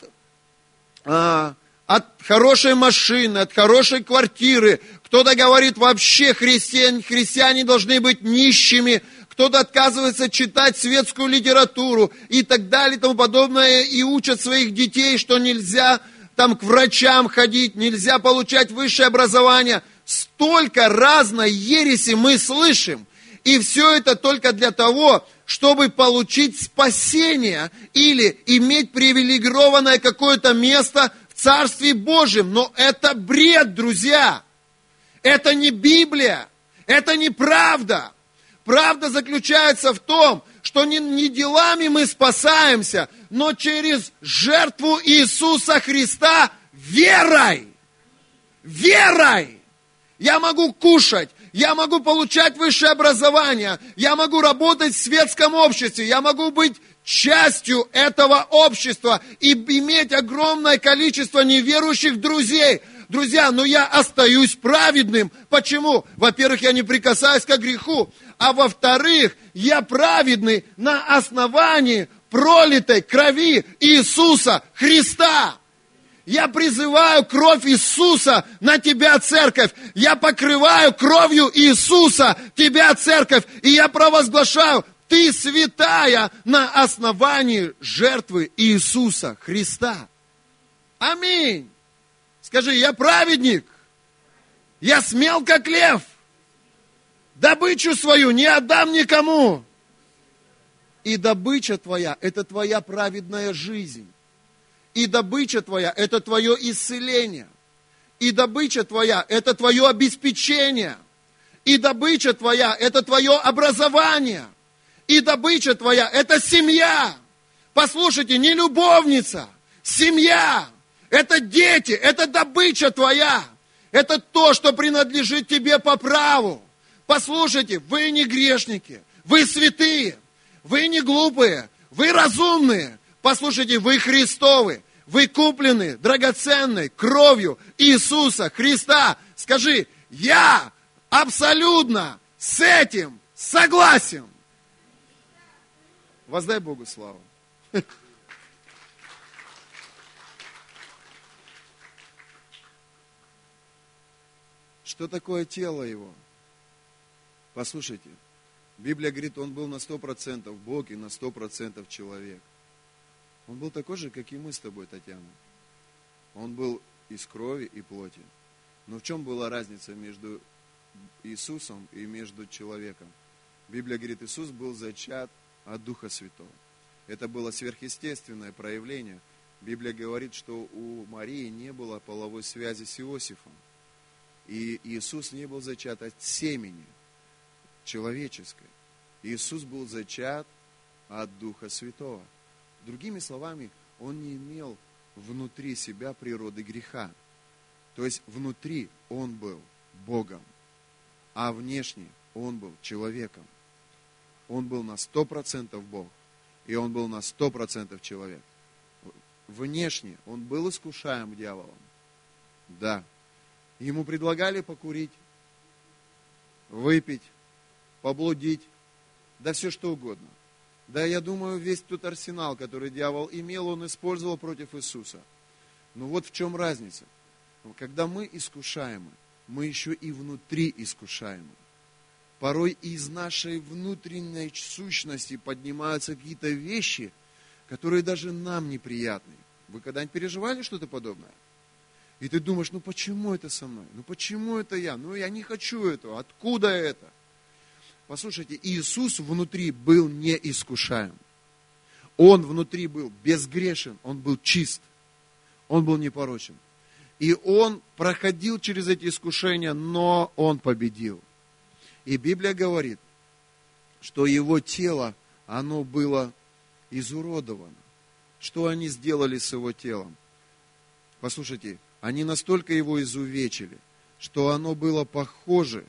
а, от хорошей машины, от хорошей квартиры. Кто-то говорит, вообще христиане, христиане должны быть нищими. Кто-то отказывается читать светскую литературу и так далее и тому подобное. И учат своих детей, что нельзя там к врачам ходить, нельзя получать высшее образование. Столько разной ереси мы слышим. И все это только для того, чтобы получить спасение или иметь привилегированное какое-то место в Царстве Божьем. Но это бред, друзья. Это не Библия. Это не правда. Правда заключается в том, что не, не делами мы спасаемся, но через жертву Иисуса Христа верой. Верой. Я могу кушать, я могу получать высшее образование, я могу работать в светском обществе, я могу быть частью этого общества и иметь огромное количество неверующих друзей. Друзья, но я остаюсь праведным. Почему? Во-первых, я не прикасаюсь к греху, а во-вторых, я праведный на основании пролитой крови Иисуса Христа. Я призываю кровь Иисуса на тебя, церковь. Я покрываю кровью Иисуса тебя, церковь. И я провозглашаю, ты святая на основании жертвы Иисуса Христа. Аминь. Скажи, я праведник. Я смел, как лев. Добычу свою не отдам никому. И добыча твоя – это твоя праведная жизнь. И добыча твоя – это твое исцеление. И добыча твоя – это твое обеспечение. И добыча твоя – это твое образование. И добыча твоя – это семья. Послушайте, не любовница, семья. Это дети, это добыча твоя. Это то, что принадлежит тебе по праву. Послушайте, вы не грешники, вы святые, вы не глупые, вы разумные. Послушайте, вы Христовы, вы куплены драгоценной кровью Иисуса Христа. Скажи, я абсолютно с этим согласен. Воздай Богу славу. Что такое тело его? Послушайте, Библия говорит, он был на сто процентов Бог и на сто процентов человек. Он был такой же, как и мы с тобой, Татьяна. Он был из крови и плоти. Но в чем была разница между Иисусом и между человеком? Библия говорит, Иисус был зачат от Духа Святого. Это было сверхъестественное проявление. Библия говорит, что у Марии не было половой связи с Иосифом. И Иисус не был зачат от семени человеческой. Иисус был зачат от Духа Святого. Другими словами, он не имел внутри себя природы греха. То есть внутри он был Богом, а внешне он был человеком. Он был на сто процентов Бог, и он был на сто процентов человек. Внешне он был искушаем дьяволом. Да. Ему предлагали покурить, выпить, поблудить, да все что угодно. Да, я думаю, весь тот арсенал, который дьявол имел, он использовал против Иисуса. Но вот в чем разница. Когда мы искушаемы, мы еще и внутри искушаемы. Порой из нашей внутренней сущности поднимаются какие-то вещи, которые даже нам неприятны. Вы когда-нибудь переживали что-то подобное? И ты думаешь, ну почему это со мной? Ну почему это я? Ну я не хочу этого. Откуда это? Послушайте, Иисус внутри был не искушаем. Он внутри был безгрешен, он был чист, он был непорочен. И он проходил через эти искушения, но он победил. И Библия говорит, что его тело, оно было изуродовано. Что они сделали с его телом? Послушайте, они настолько его изувечили, что оно было похоже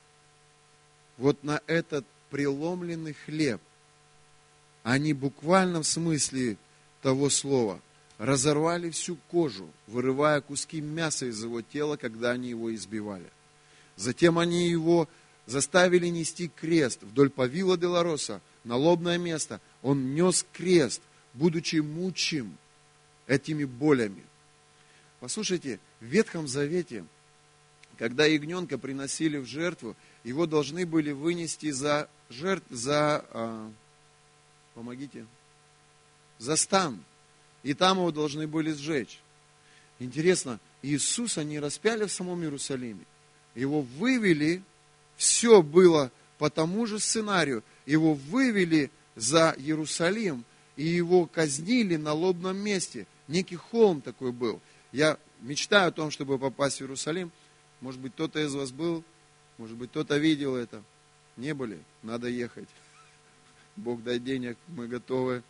вот на этот преломленный хлеб. Они буквально в смысле того слова разорвали всю кожу, вырывая куски мяса из его тела, когда они его избивали. Затем они его заставили нести крест вдоль Павила де ла Роса, на лобное место. Он нес крест, будучи мучим этими болями. Послушайте, в Ветхом Завете, когда ягненка приносили в жертву, его должны были вынести за жертв, за, а, помогите, за стан. И там его должны были сжечь. Интересно, Иисуса не распяли в самом Иерусалиме. Его вывели, все было по тому же сценарию. Его вывели за Иерусалим, и его казнили на лобном месте. Некий холм такой был. Я мечтаю о том, чтобы попасть в Иерусалим. Может быть, кто-то из вас был, может быть, кто-то видел это. Не были? Надо ехать. Бог дай денег, мы готовы.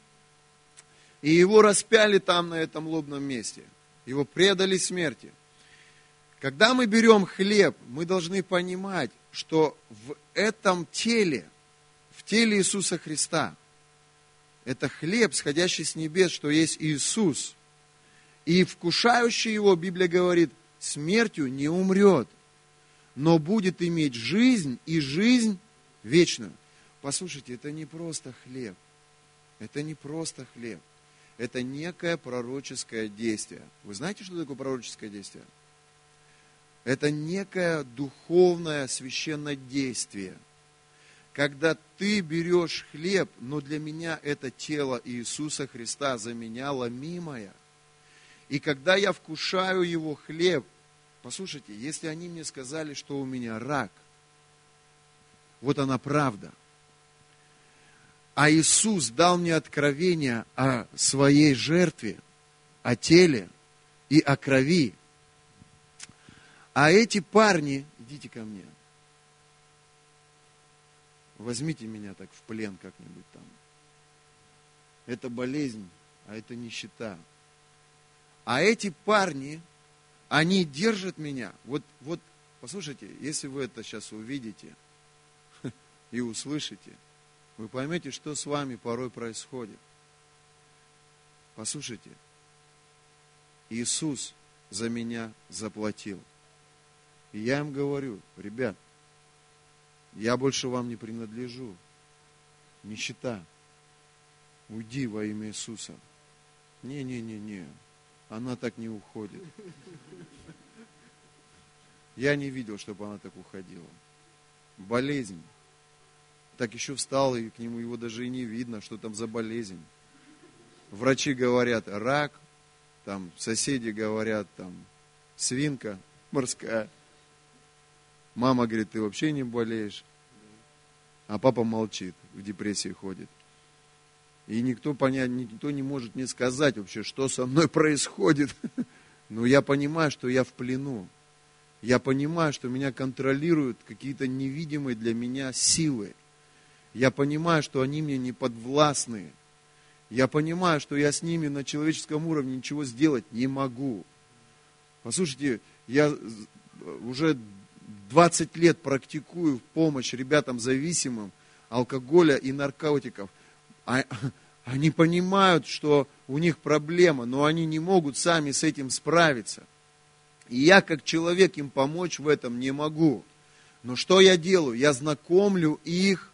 И его распяли там, на этом лобном месте. Его предали смерти. Когда мы берем хлеб, мы должны понимать, что в этом теле, в теле Иисуса Христа, это хлеб, сходящий с небес, что есть Иисус. И вкушающий его, Библия говорит, смертью не умрет, но будет иметь жизнь и жизнь вечную. Послушайте, это не просто хлеб. Это не просто хлеб. Это некое пророческое действие. Вы знаете, что такое пророческое действие? Это некое духовное священное действие. Когда ты берешь хлеб, но для меня это тело Иисуса Христа, за меня ломимое. И когда я вкушаю его хлеб, Послушайте, если они мне сказали, что у меня рак, вот она правда. А Иисус дал мне откровение о своей жертве, о теле и о крови. А эти парни, идите ко мне, возьмите меня так в плен как-нибудь там. Это болезнь, а это нищета. А эти парни, они держат меня. Вот, вот, послушайте, если вы это сейчас увидите и услышите, вы поймете, что с вами порой происходит. Послушайте, Иисус за меня заплатил. И я им говорю, ребят, я больше вам не принадлежу. Нищета. Уйди во имя Иисуса. Не-не-не-не. Она так не уходит. Я не видел, чтобы она так уходила. Болезнь. Так еще встал, и к нему его даже и не видно, что там за болезнь. Врачи говорят, рак, там соседи говорят, там свинка морская. Мама говорит, ты вообще не болеешь. А папа молчит, в депрессии ходит. И никто понять, никто не может мне сказать вообще, что со мной происходит. Но я понимаю, что я в плену. Я понимаю, что меня контролируют какие-то невидимые для меня силы. Я понимаю, что они мне не подвластны. Я понимаю, что я с ними на человеческом уровне ничего сделать не могу. Послушайте, я уже двадцать лет практикую помощь ребятам зависимым алкоголя и наркотиков. Они понимают, что у них проблема, но они не могут сами с этим справиться. И я, как человек, им помочь в этом не могу. Но что я делаю? Я знакомлю их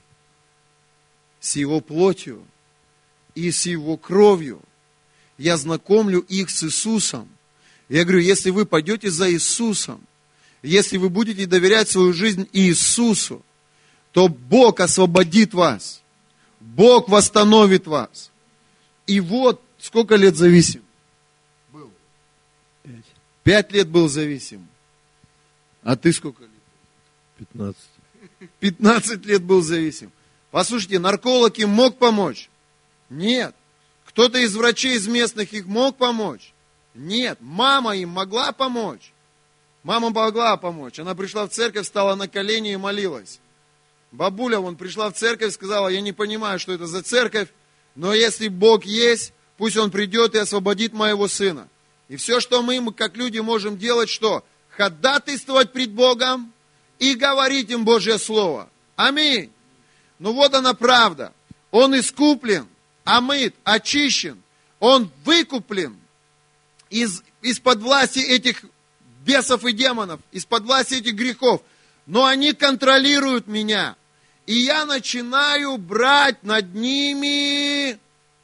с Его плотью и с Его кровью. Я знакомлю их с Иисусом. Я говорю, если вы пойдете за Иисусом, если вы будете доверять свою жизнь Иисусу, то Бог освободит вас. Бог восстановит вас. И вот сколько лет зависим? Был. Пять. Пять лет был зависим. А ты сколько лет? Пятнадцать. Пятнадцать лет был зависим. Послушайте, нарколог им мог помочь? Нет. Кто-то из врачей, из местных их мог помочь? Нет. Мама им могла помочь? Мама могла помочь. Она пришла в церковь, встала на колени и молилась. Бабуля вон пришла в церковь, сказала, я не понимаю, что это за церковь, но если Бог есть, пусть Он придет и освободит моего сына. И все, что мы, как люди, можем делать, что? Ходатайствовать пред Богом и говорить им Божье Слово. Аминь. Ну вот она правда. Он искуплен, омыт, очищен. Он выкуплен из, из-под власти этих бесов и демонов, из-под власти этих грехов. Но они контролируют меня. И я начинаю брать над ними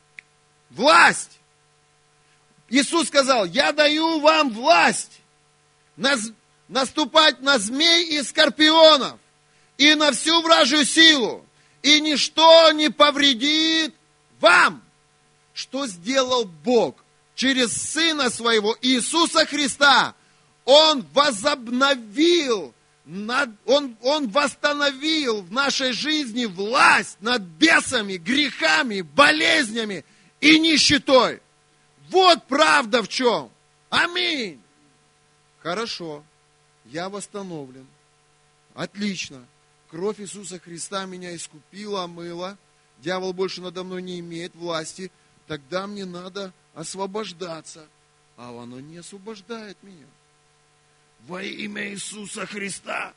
власть. Иисус сказал, я даю вам власть наступать на змей и скорпионов и на всю вражью силу. И ничто не повредит вам. Что сделал Бог через Сына Своего Иисуса Христа? Он возобновил Над, он, он восстановил в нашей жизни власть над бесами, грехами, болезнями и нищетой. Вот правда в чем. Аминь. Хорошо. Я восстановлен. Отлично. Кровь Иисуса Христа меня искупила, омыла. Дьявол больше надо мной не имеет власти. Тогда мне надо освобождаться. А оно не освобождает меня. Во имя Иисуса Христа.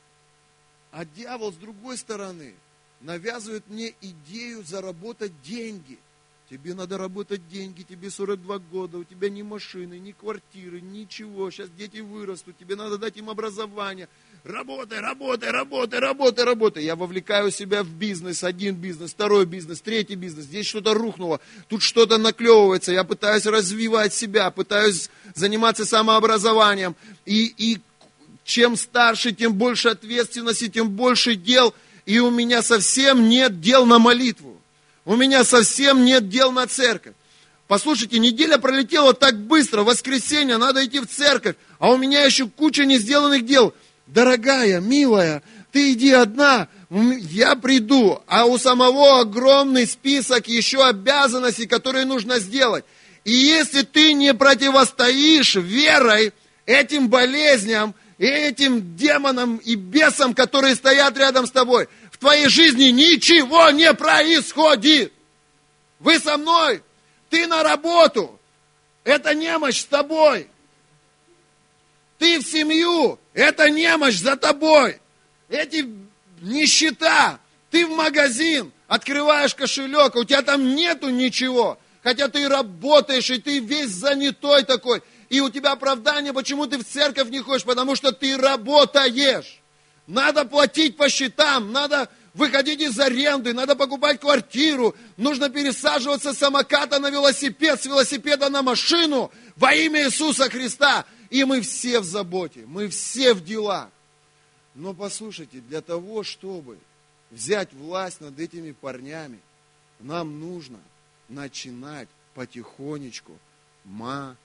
А дьявол, с другой стороны, навязывает мне идею заработать деньги. Тебе надо работать деньги, тебе сорок два года, у тебя ни машины, ни квартиры, ничего. Сейчас дети вырастут, тебе надо дать им образование. Работай, работай, работай, работай, работай. Я вовлекаю себя в бизнес, один бизнес, второй бизнес, третий бизнес. Здесь что-то рухнуло, тут что-то наклевывается. Я пытаюсь развивать себя, пытаюсь заниматься самообразованием. И, и чем старше, тем больше ответственности, тем больше дел. И у меня совсем нет дел на молитву. У меня совсем нет дел на церковь. Послушайте, неделя пролетела так быстро, воскресенье, надо идти в церковь, а у меня еще куча несделанных дел. Дорогая, милая, ты иди одна, я приду, а у самого огромный список еще обязанностей, которые нужно сделать. И если ты не противостоишь верой этим болезням, этим демонам и бесам, которые стоят рядом с тобой, в твоей жизни ничего не происходит. Вы со мной? Ты на работу. Это немощь с тобой. Ты в семью. Это немощь за тобой. Эти нищета. Ты в магазин. Открываешь кошелек. У тебя там нету ничего. Хотя ты работаешь, и ты весь занятой такой. И у тебя оправдание, почему ты в церковь не ходишь. Потому что ты работаешь. Надо платить по счетам. Надо выходить из аренды, надо покупать квартиру, нужно пересаживаться с самоката на велосипед, с велосипеда на машину во имя Иисуса Христа. И мы все в заботе, мы все в делах. Но послушайте, для того, чтобы взять власть над этими парнями, нам нужно начинать потихонечку молиться.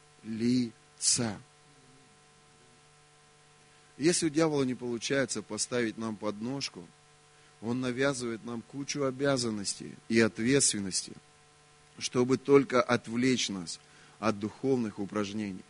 Если у дьявола не получается поставить нам подножку, он навязывает нам кучу обязанностей и ответственности, чтобы только отвлечь нас от духовных упражнений.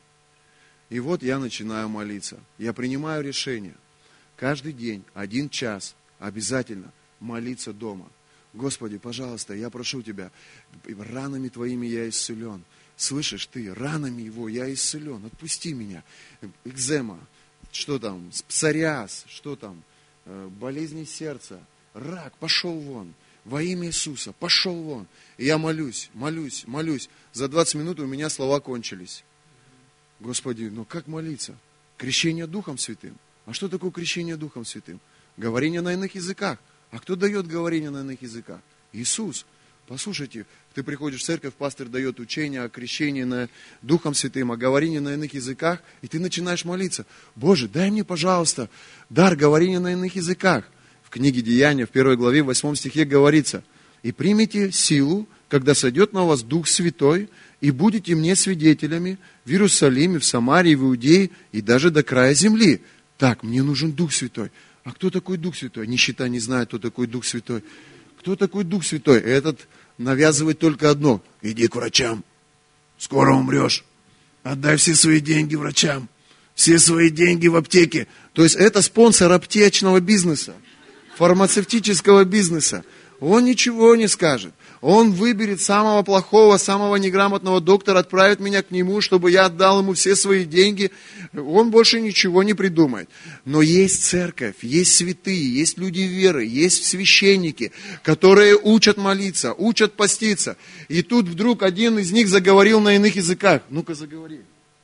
И вот я начинаю молиться. Я принимаю решение каждый день, один час, обязательно молиться дома. Господи, пожалуйста, я прошу Тебя, ранами Твоими я исцелен. Слышишь, Ты, ранами Его я исцелен. Отпусти меня. Экзема, что там, псориаз, что там, болезни сердца. Рак, пошел вон, во имя Иисуса, пошел вон. И я молюсь, молюсь, молюсь. За двадцать минут у меня слова кончились. Господи, ну как молиться? Крещение Духом Святым. А что такое крещение Духом Святым? Говорение на иных языках. А кто дает говорение на иных языках? Иисус. Послушайте, ты приходишь в церковь, пастор дает учение о крещении на Духом Святым, о говорении на иных языках, и ты начинаешь молиться. Боже, дай мне, пожалуйста, дар говорения на иных языках. В книге Деяния, в первой главе, в восьмом стихе говорится: «И примите силу, когда сойдет на вас Дух Святой, и будете мне свидетелями в Иерусалиме, в Самарии, в Иудее и даже до края земли». Так, мне нужен Дух Святой. А кто такой Дух Святой? Нищета не знает, кто такой Дух Святой. Кто такой Дух Святой? Этот навязывает только одно: иди к врачам, скоро умрешь, отдай все свои деньги врачам, все свои деньги в аптеке. То есть это спонсор аптечного бизнеса, фармацевтического бизнеса. Он ничего не скажет. Он выберет самого плохого, самого неграмотного доктора, отправит меня к нему, чтобы я отдал ему все свои деньги. Он больше ничего не придумает. Но есть церковь, есть святые, есть люди веры, есть священники, которые учат молиться, учат поститься. И тут вдруг один из них заговорил на иных языках. Ну-ка, заговори.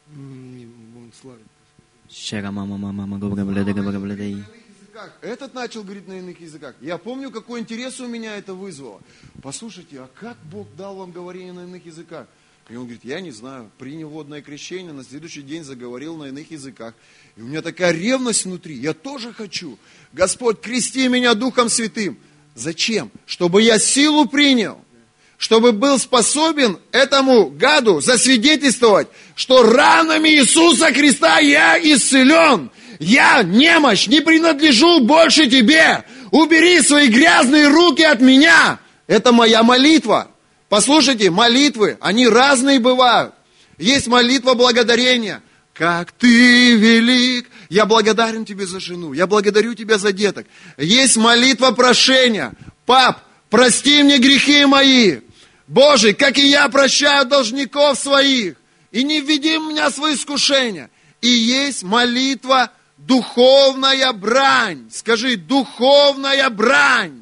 Этот начал говорить на иных языках. Я помню, какой интерес у меня это вызвало. Послушайте, а как Бог дал вам говорение на иных языках? И он говорит: я не знаю, принял водное крещение, на следующий день заговорил на иных языках. И у меня такая ревность внутри, я тоже хочу. Господь, крести меня Духом Святым. Зачем? Чтобы я силу принял. Чтобы был способен этому гаду засвидетельствовать, что ранами Иисуса Христа я исцелен. Я, немощь, не принадлежу больше тебе. Убери свои грязные руки от меня. Это моя молитва. Послушайте, молитвы, они разные бывают. Есть молитва благодарения. Как ты велик. Я благодарен тебе за жену. Я благодарю тебя за деток. Есть молитва прошения. Пап, прости мне грехи мои. Боже, как и я прощаю должников своих. И не введи меня в свои искушения. И есть молитва духовная брань. Скажи, духовная брань.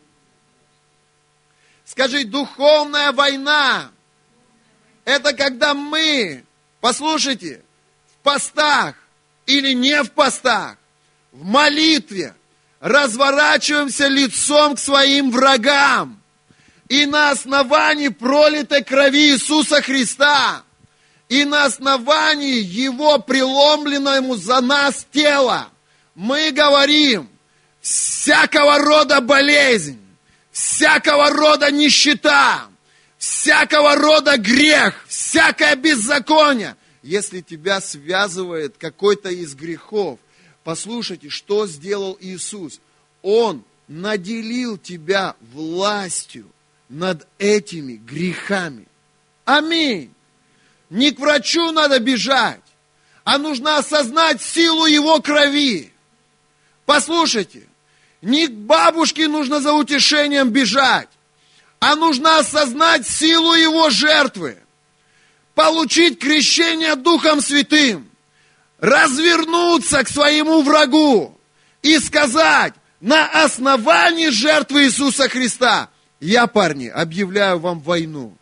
Скажи, духовная война. Это когда мы, послушайте, в постах или не в постах, в молитве разворачиваемся лицом к своим врагам. И на основании пролитой крови Иисуса Христа, и на основании Его преломленному за нас тела, мы говорим: всякого рода болезнь, всякого рода нищета, всякого рода грех, всякое беззаконие. Если тебя связывает какой-то из грехов, послушайте, что сделал Иисус. Он наделил тебя властью над этими грехами. Аминь. Не к врачу надо бежать, а нужно осознать силу Его крови. Послушайте, не к бабушке нужно за утешением бежать, а нужно осознать силу Его жертвы, получить крещение Духом Святым, развернуться к своему врагу и сказать: на основании жертвы Иисуса Христа я, парни, объявляю вам войну.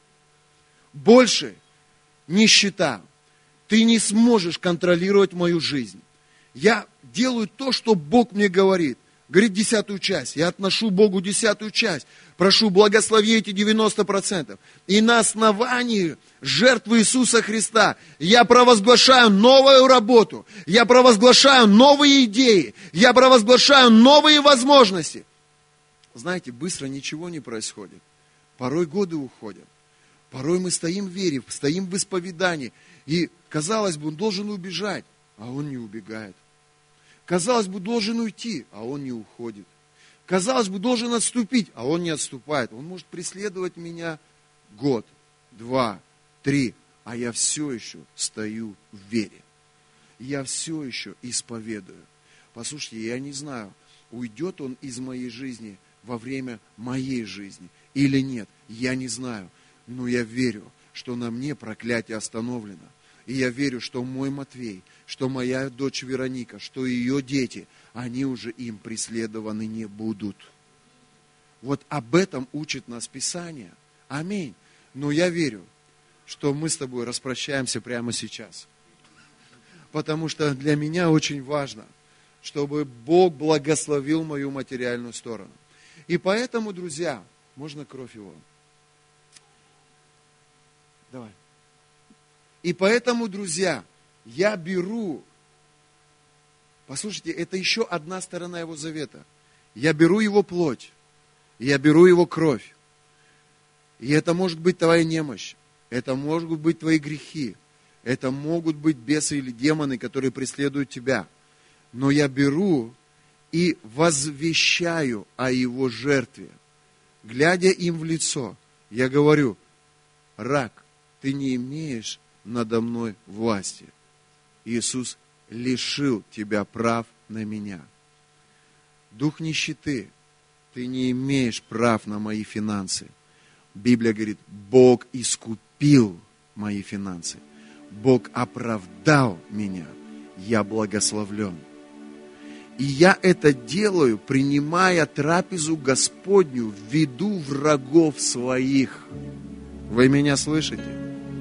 Больше нищета. Ты не сможешь контролировать мою жизнь. Я делаю то, что Бог мне говорит. Говорит десятую часть. Я отношу Богу десятую часть. Прошу, благослови эти девяносто процентов. И на основании жертвы Иисуса Христа я провозглашаю новую работу. Я провозглашаю новые идеи. Я провозглашаю новые возможности. Знаете, быстро ничего не происходит. Порой годы уходят. Порой мы стоим в вере, стоим в исповедании. И, казалось бы, он должен убежать, а он не убегает. Казалось бы, должен уйти, а он не уходит. Казалось бы, должен отступить, а он не отступает. Он может преследовать меня год, два, три, а я все еще стою в вере. Я все еще исповедую. Послушайте, я не знаю, уйдет он из моей жизни во время моей жизни или нет. Я не знаю, но я верю, что на мне проклятие остановлено. И я верю, что мой Матвей, что моя дочь Вероника, что ее дети, они уже им преследованы не будут. Вот об этом учит нас Писание. Аминь. Но я верю, что мы с тобой распрощаемся прямо сейчас. Потому что для меня очень важно, чтобы Бог благословил мою материальную сторону. И поэтому, друзья, можно кровь его? Давай. И поэтому, друзья, я беру, послушайте, это еще одна сторона Его завета. Я беру Его плоть, я беру Его кровь. И это может быть твоя немощь, это могут быть твои грехи, это могут быть бесы или демоны, которые преследуют тебя. Но я беру и возвещаю о Его жертве. Глядя им в лицо, я говорю: рак, ты не имеешь надо мной власти. Иисус лишил тебя прав на меня. Дух нищеты, ты не имеешь прав на мои финансы. Библия говорит: Бог искупил мои финансы. Бог оправдал меня. Я благословлен. И я это делаю, принимая трапезу Господню в виду врагов своих. Вы меня слышите?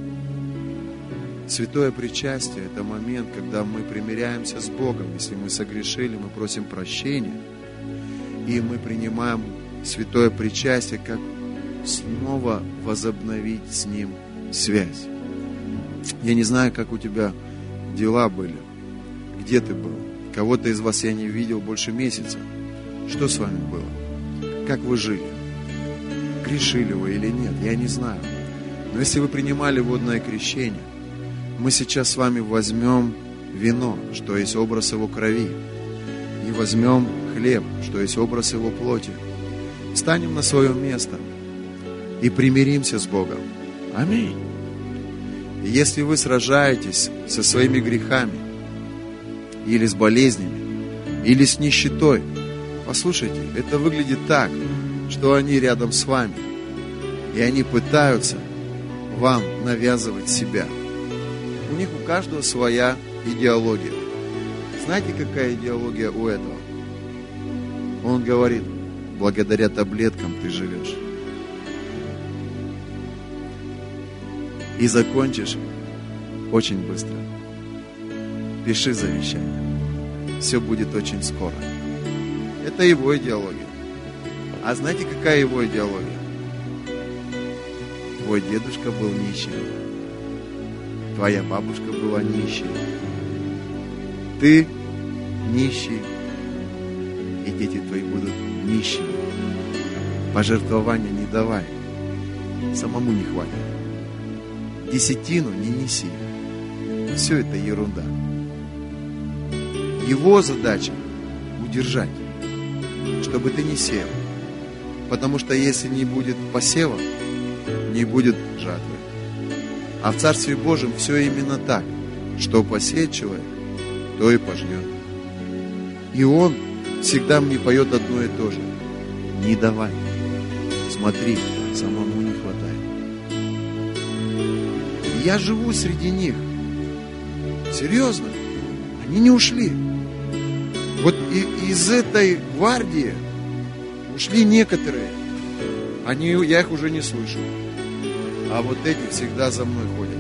Святое причастие – это момент, когда мы примиряемся с Богом. Если мы согрешили, мы просим прощения. И мы принимаем святое причастие, как снова возобновить с Ним связь. Я не знаю, как у тебя дела были, где ты был. Кого-то из вас я не видел больше месяца. Что с вами было? Как вы жили? Грешили вы или нет? Я не знаю. Но если вы принимали водное крещение, мы сейчас с вами возьмем вино, что есть образ Его крови, и возьмем хлеб, что есть образ Его плоти. Встанем на свое место и примиримся с Богом. Аминь. И если вы сражаетесь со своими грехами, или с болезнями, или с нищетой, послушайте, это выглядит так, что они рядом с вами, и они пытаются вам навязывать себя. У них у каждого своя идеология. Знаете, какая идеология у этого? Он говорит: благодаря таблеткам ты живешь. И закончишь очень быстро. Пиши завещание. Все будет очень скоро. Это его идеология. А знаете, какая его идеология? Твой дедушка был нищим. Твоя бабушка была нищей. Ты нищий. И дети твои будут нищими. Пожертвования не давай. самому не хватит. Десятину не неси. Все это ерунда. Его задача удержать, чтобы ты не сеял. Потому что если не будет посева, не будет жатвы. А в Царстве Божьем все именно так. Что посеет человек, то и пожнет. И он всегда мне поет одно и то же. Не давай. Смотри, самому не хватает. И я живу среди них. Серьезно. Они не ушли. Вот и, из этой гвардии ушли некоторые. Они, я их уже не слышу. А вот эти всегда за мной ходят.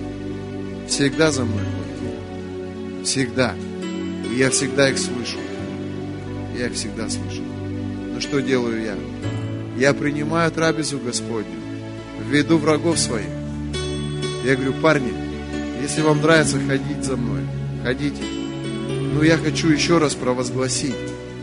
Всегда за мной ходят. Всегда. И я всегда их слышу. Я их всегда слышу. Но что делаю я? Я принимаю трапезу Господню, введу врагов своих. Я говорю: парни, если вам нравится ходить за мной, ходите. Но я хочу еще раз провозгласить,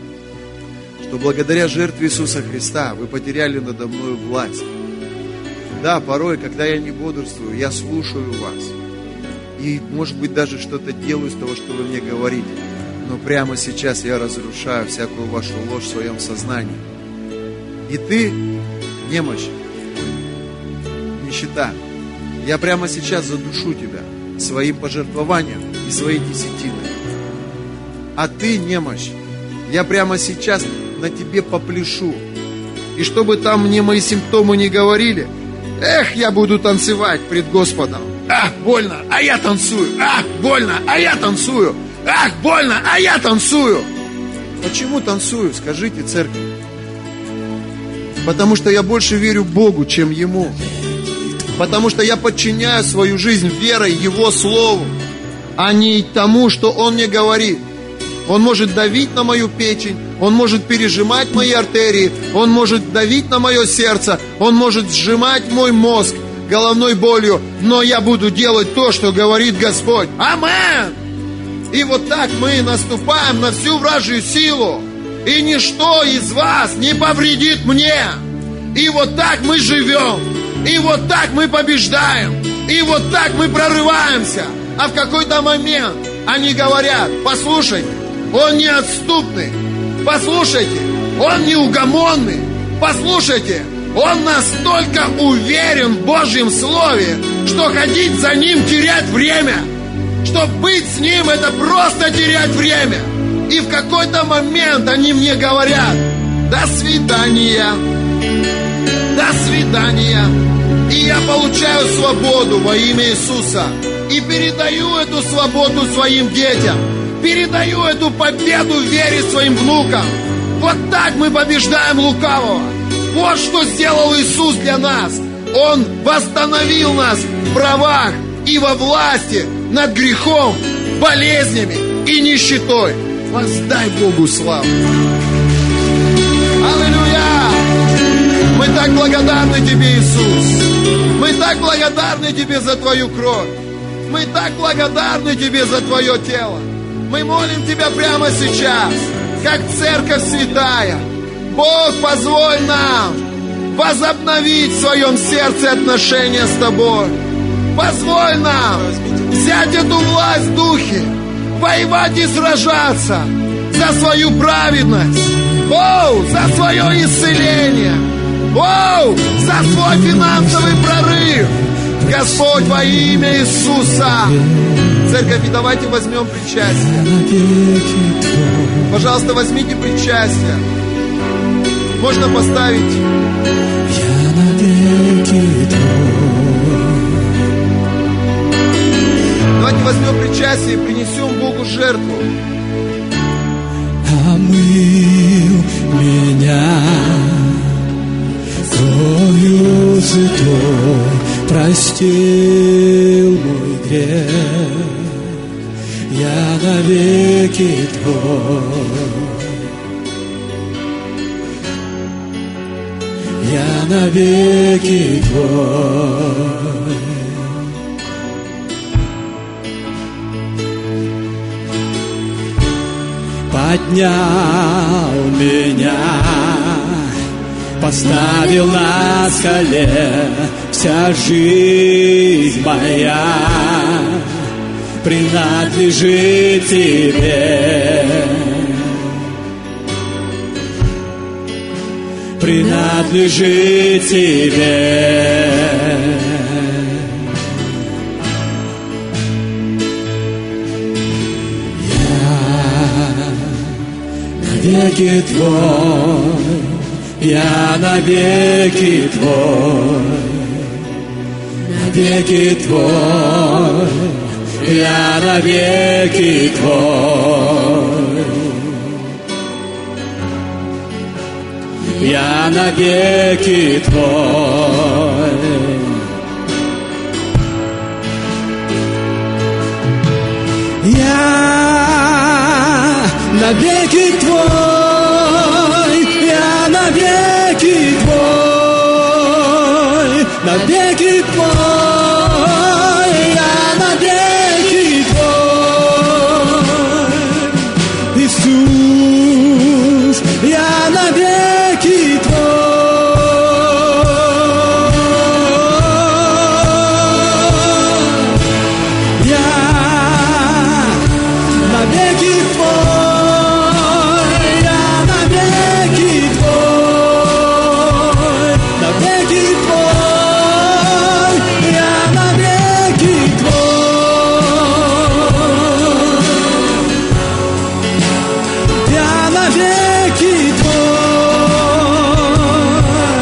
что благодаря жертве Иисуса Христа вы потеряли надо мной власть. Да, порой, когда я не бодрствую, я слушаю вас. И, может быть, даже что-то делаю из того, что вы мне говорите. Но прямо сейчас я разрушаю всякую вашу ложь в своем сознании. И ты, немощь, нищета, я прямо сейчас задушу тебя своим пожертвованием и своей десятиной. А ты, немощь, я прямо сейчас на тебе попляшу. И чтобы там мне мои симптомы не говорили, эх, я буду танцевать пред Господом. Ах, больно, а я танцую. Ах, больно, а я танцую. Ах, больно, а я танцую. Почему танцую, скажите, церковь? Потому что я больше верю Богу, чем Ему. Потому что я подчиняю свою жизнь верой Его Слову, а не тому, что Он мне говорит. Он может давить на мою печень, Он может пережимать мои артерии, Он может давить на мое сердце, Он может сжимать мой мозг головной болью, но я буду делать то, что говорит Господь. Амен! И вот так мы наступаем на всю вражью силу, и ничто из вас не повредит мне. И вот так мы живем, и вот так мы побеждаем, и вот так мы прорываемся. А в какой-то момент они говорят: послушайте, Он неотступный, послушайте, Он неугомонный, послушайте, Он настолько уверен в Божьем Слове, что ходить за Ним терять время, что быть с Ним это просто терять время. И в какой-то момент они мне говорят: до свидания, до свидания. И я получаю свободу во имя Иисуса и передаю эту свободу своим детям, передаю эту победу в вере своим внукам. Вот так мы побеждаем лукавого. Вот что сделал Иисус для нас. Он восстановил нас в правах и во власти над грехом, болезнями и нищетой. Воздай Богу славу. Аллилуйя! Мы так благодарны Тебе, Иисус. Мы так благодарны Тебе за Твою кровь. Мы так благодарны Тебе за Твое тело. Мы молим Тебя прямо сейчас, как церковь святая. Бог, позволь нам возобновить в своем сердце отношения с Тобой. Позволь нам взять эту власть в духе, воевать и сражаться за свою праведность, оу, за свое исцеление, оу, за свой финансовый прорыв. Господь, во имя Иисуса. Церковь, и давайте возьмем причастие. Пожалуйста, возьмите причастие. Можно поставить. Давайте возьмем причастие и принесем Богу жертву. Омыл меня кровью святой, простил мой грех, я навеки Твой. Я навеки Твой. Поднял меня, поставил на скале, вся жизнь моя принадлежит Тебе. Принадлежит Тебе. Навеки Твой, я навеки Твой, навеки Твой, я навеки Твой, я навеки Твой. Я навеки Твой, я навеки Твой, навеки Твой, я навеки Твой. Иисус, я навеки Твой. Я навеки Твой, я навеки Твой, навеки Твой, я навеки Твой, я навеки Твой.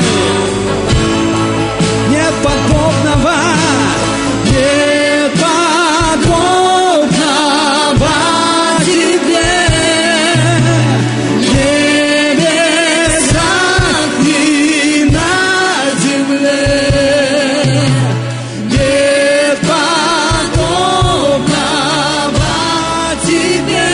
Нет подобного, нет подобного Тебе. Небесах и на земле нет подобного Тебе.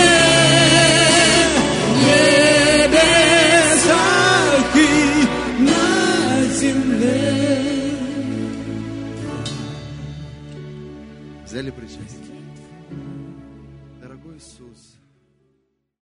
Небесах и на земле. Взяли причастие. Дорогой Иисус,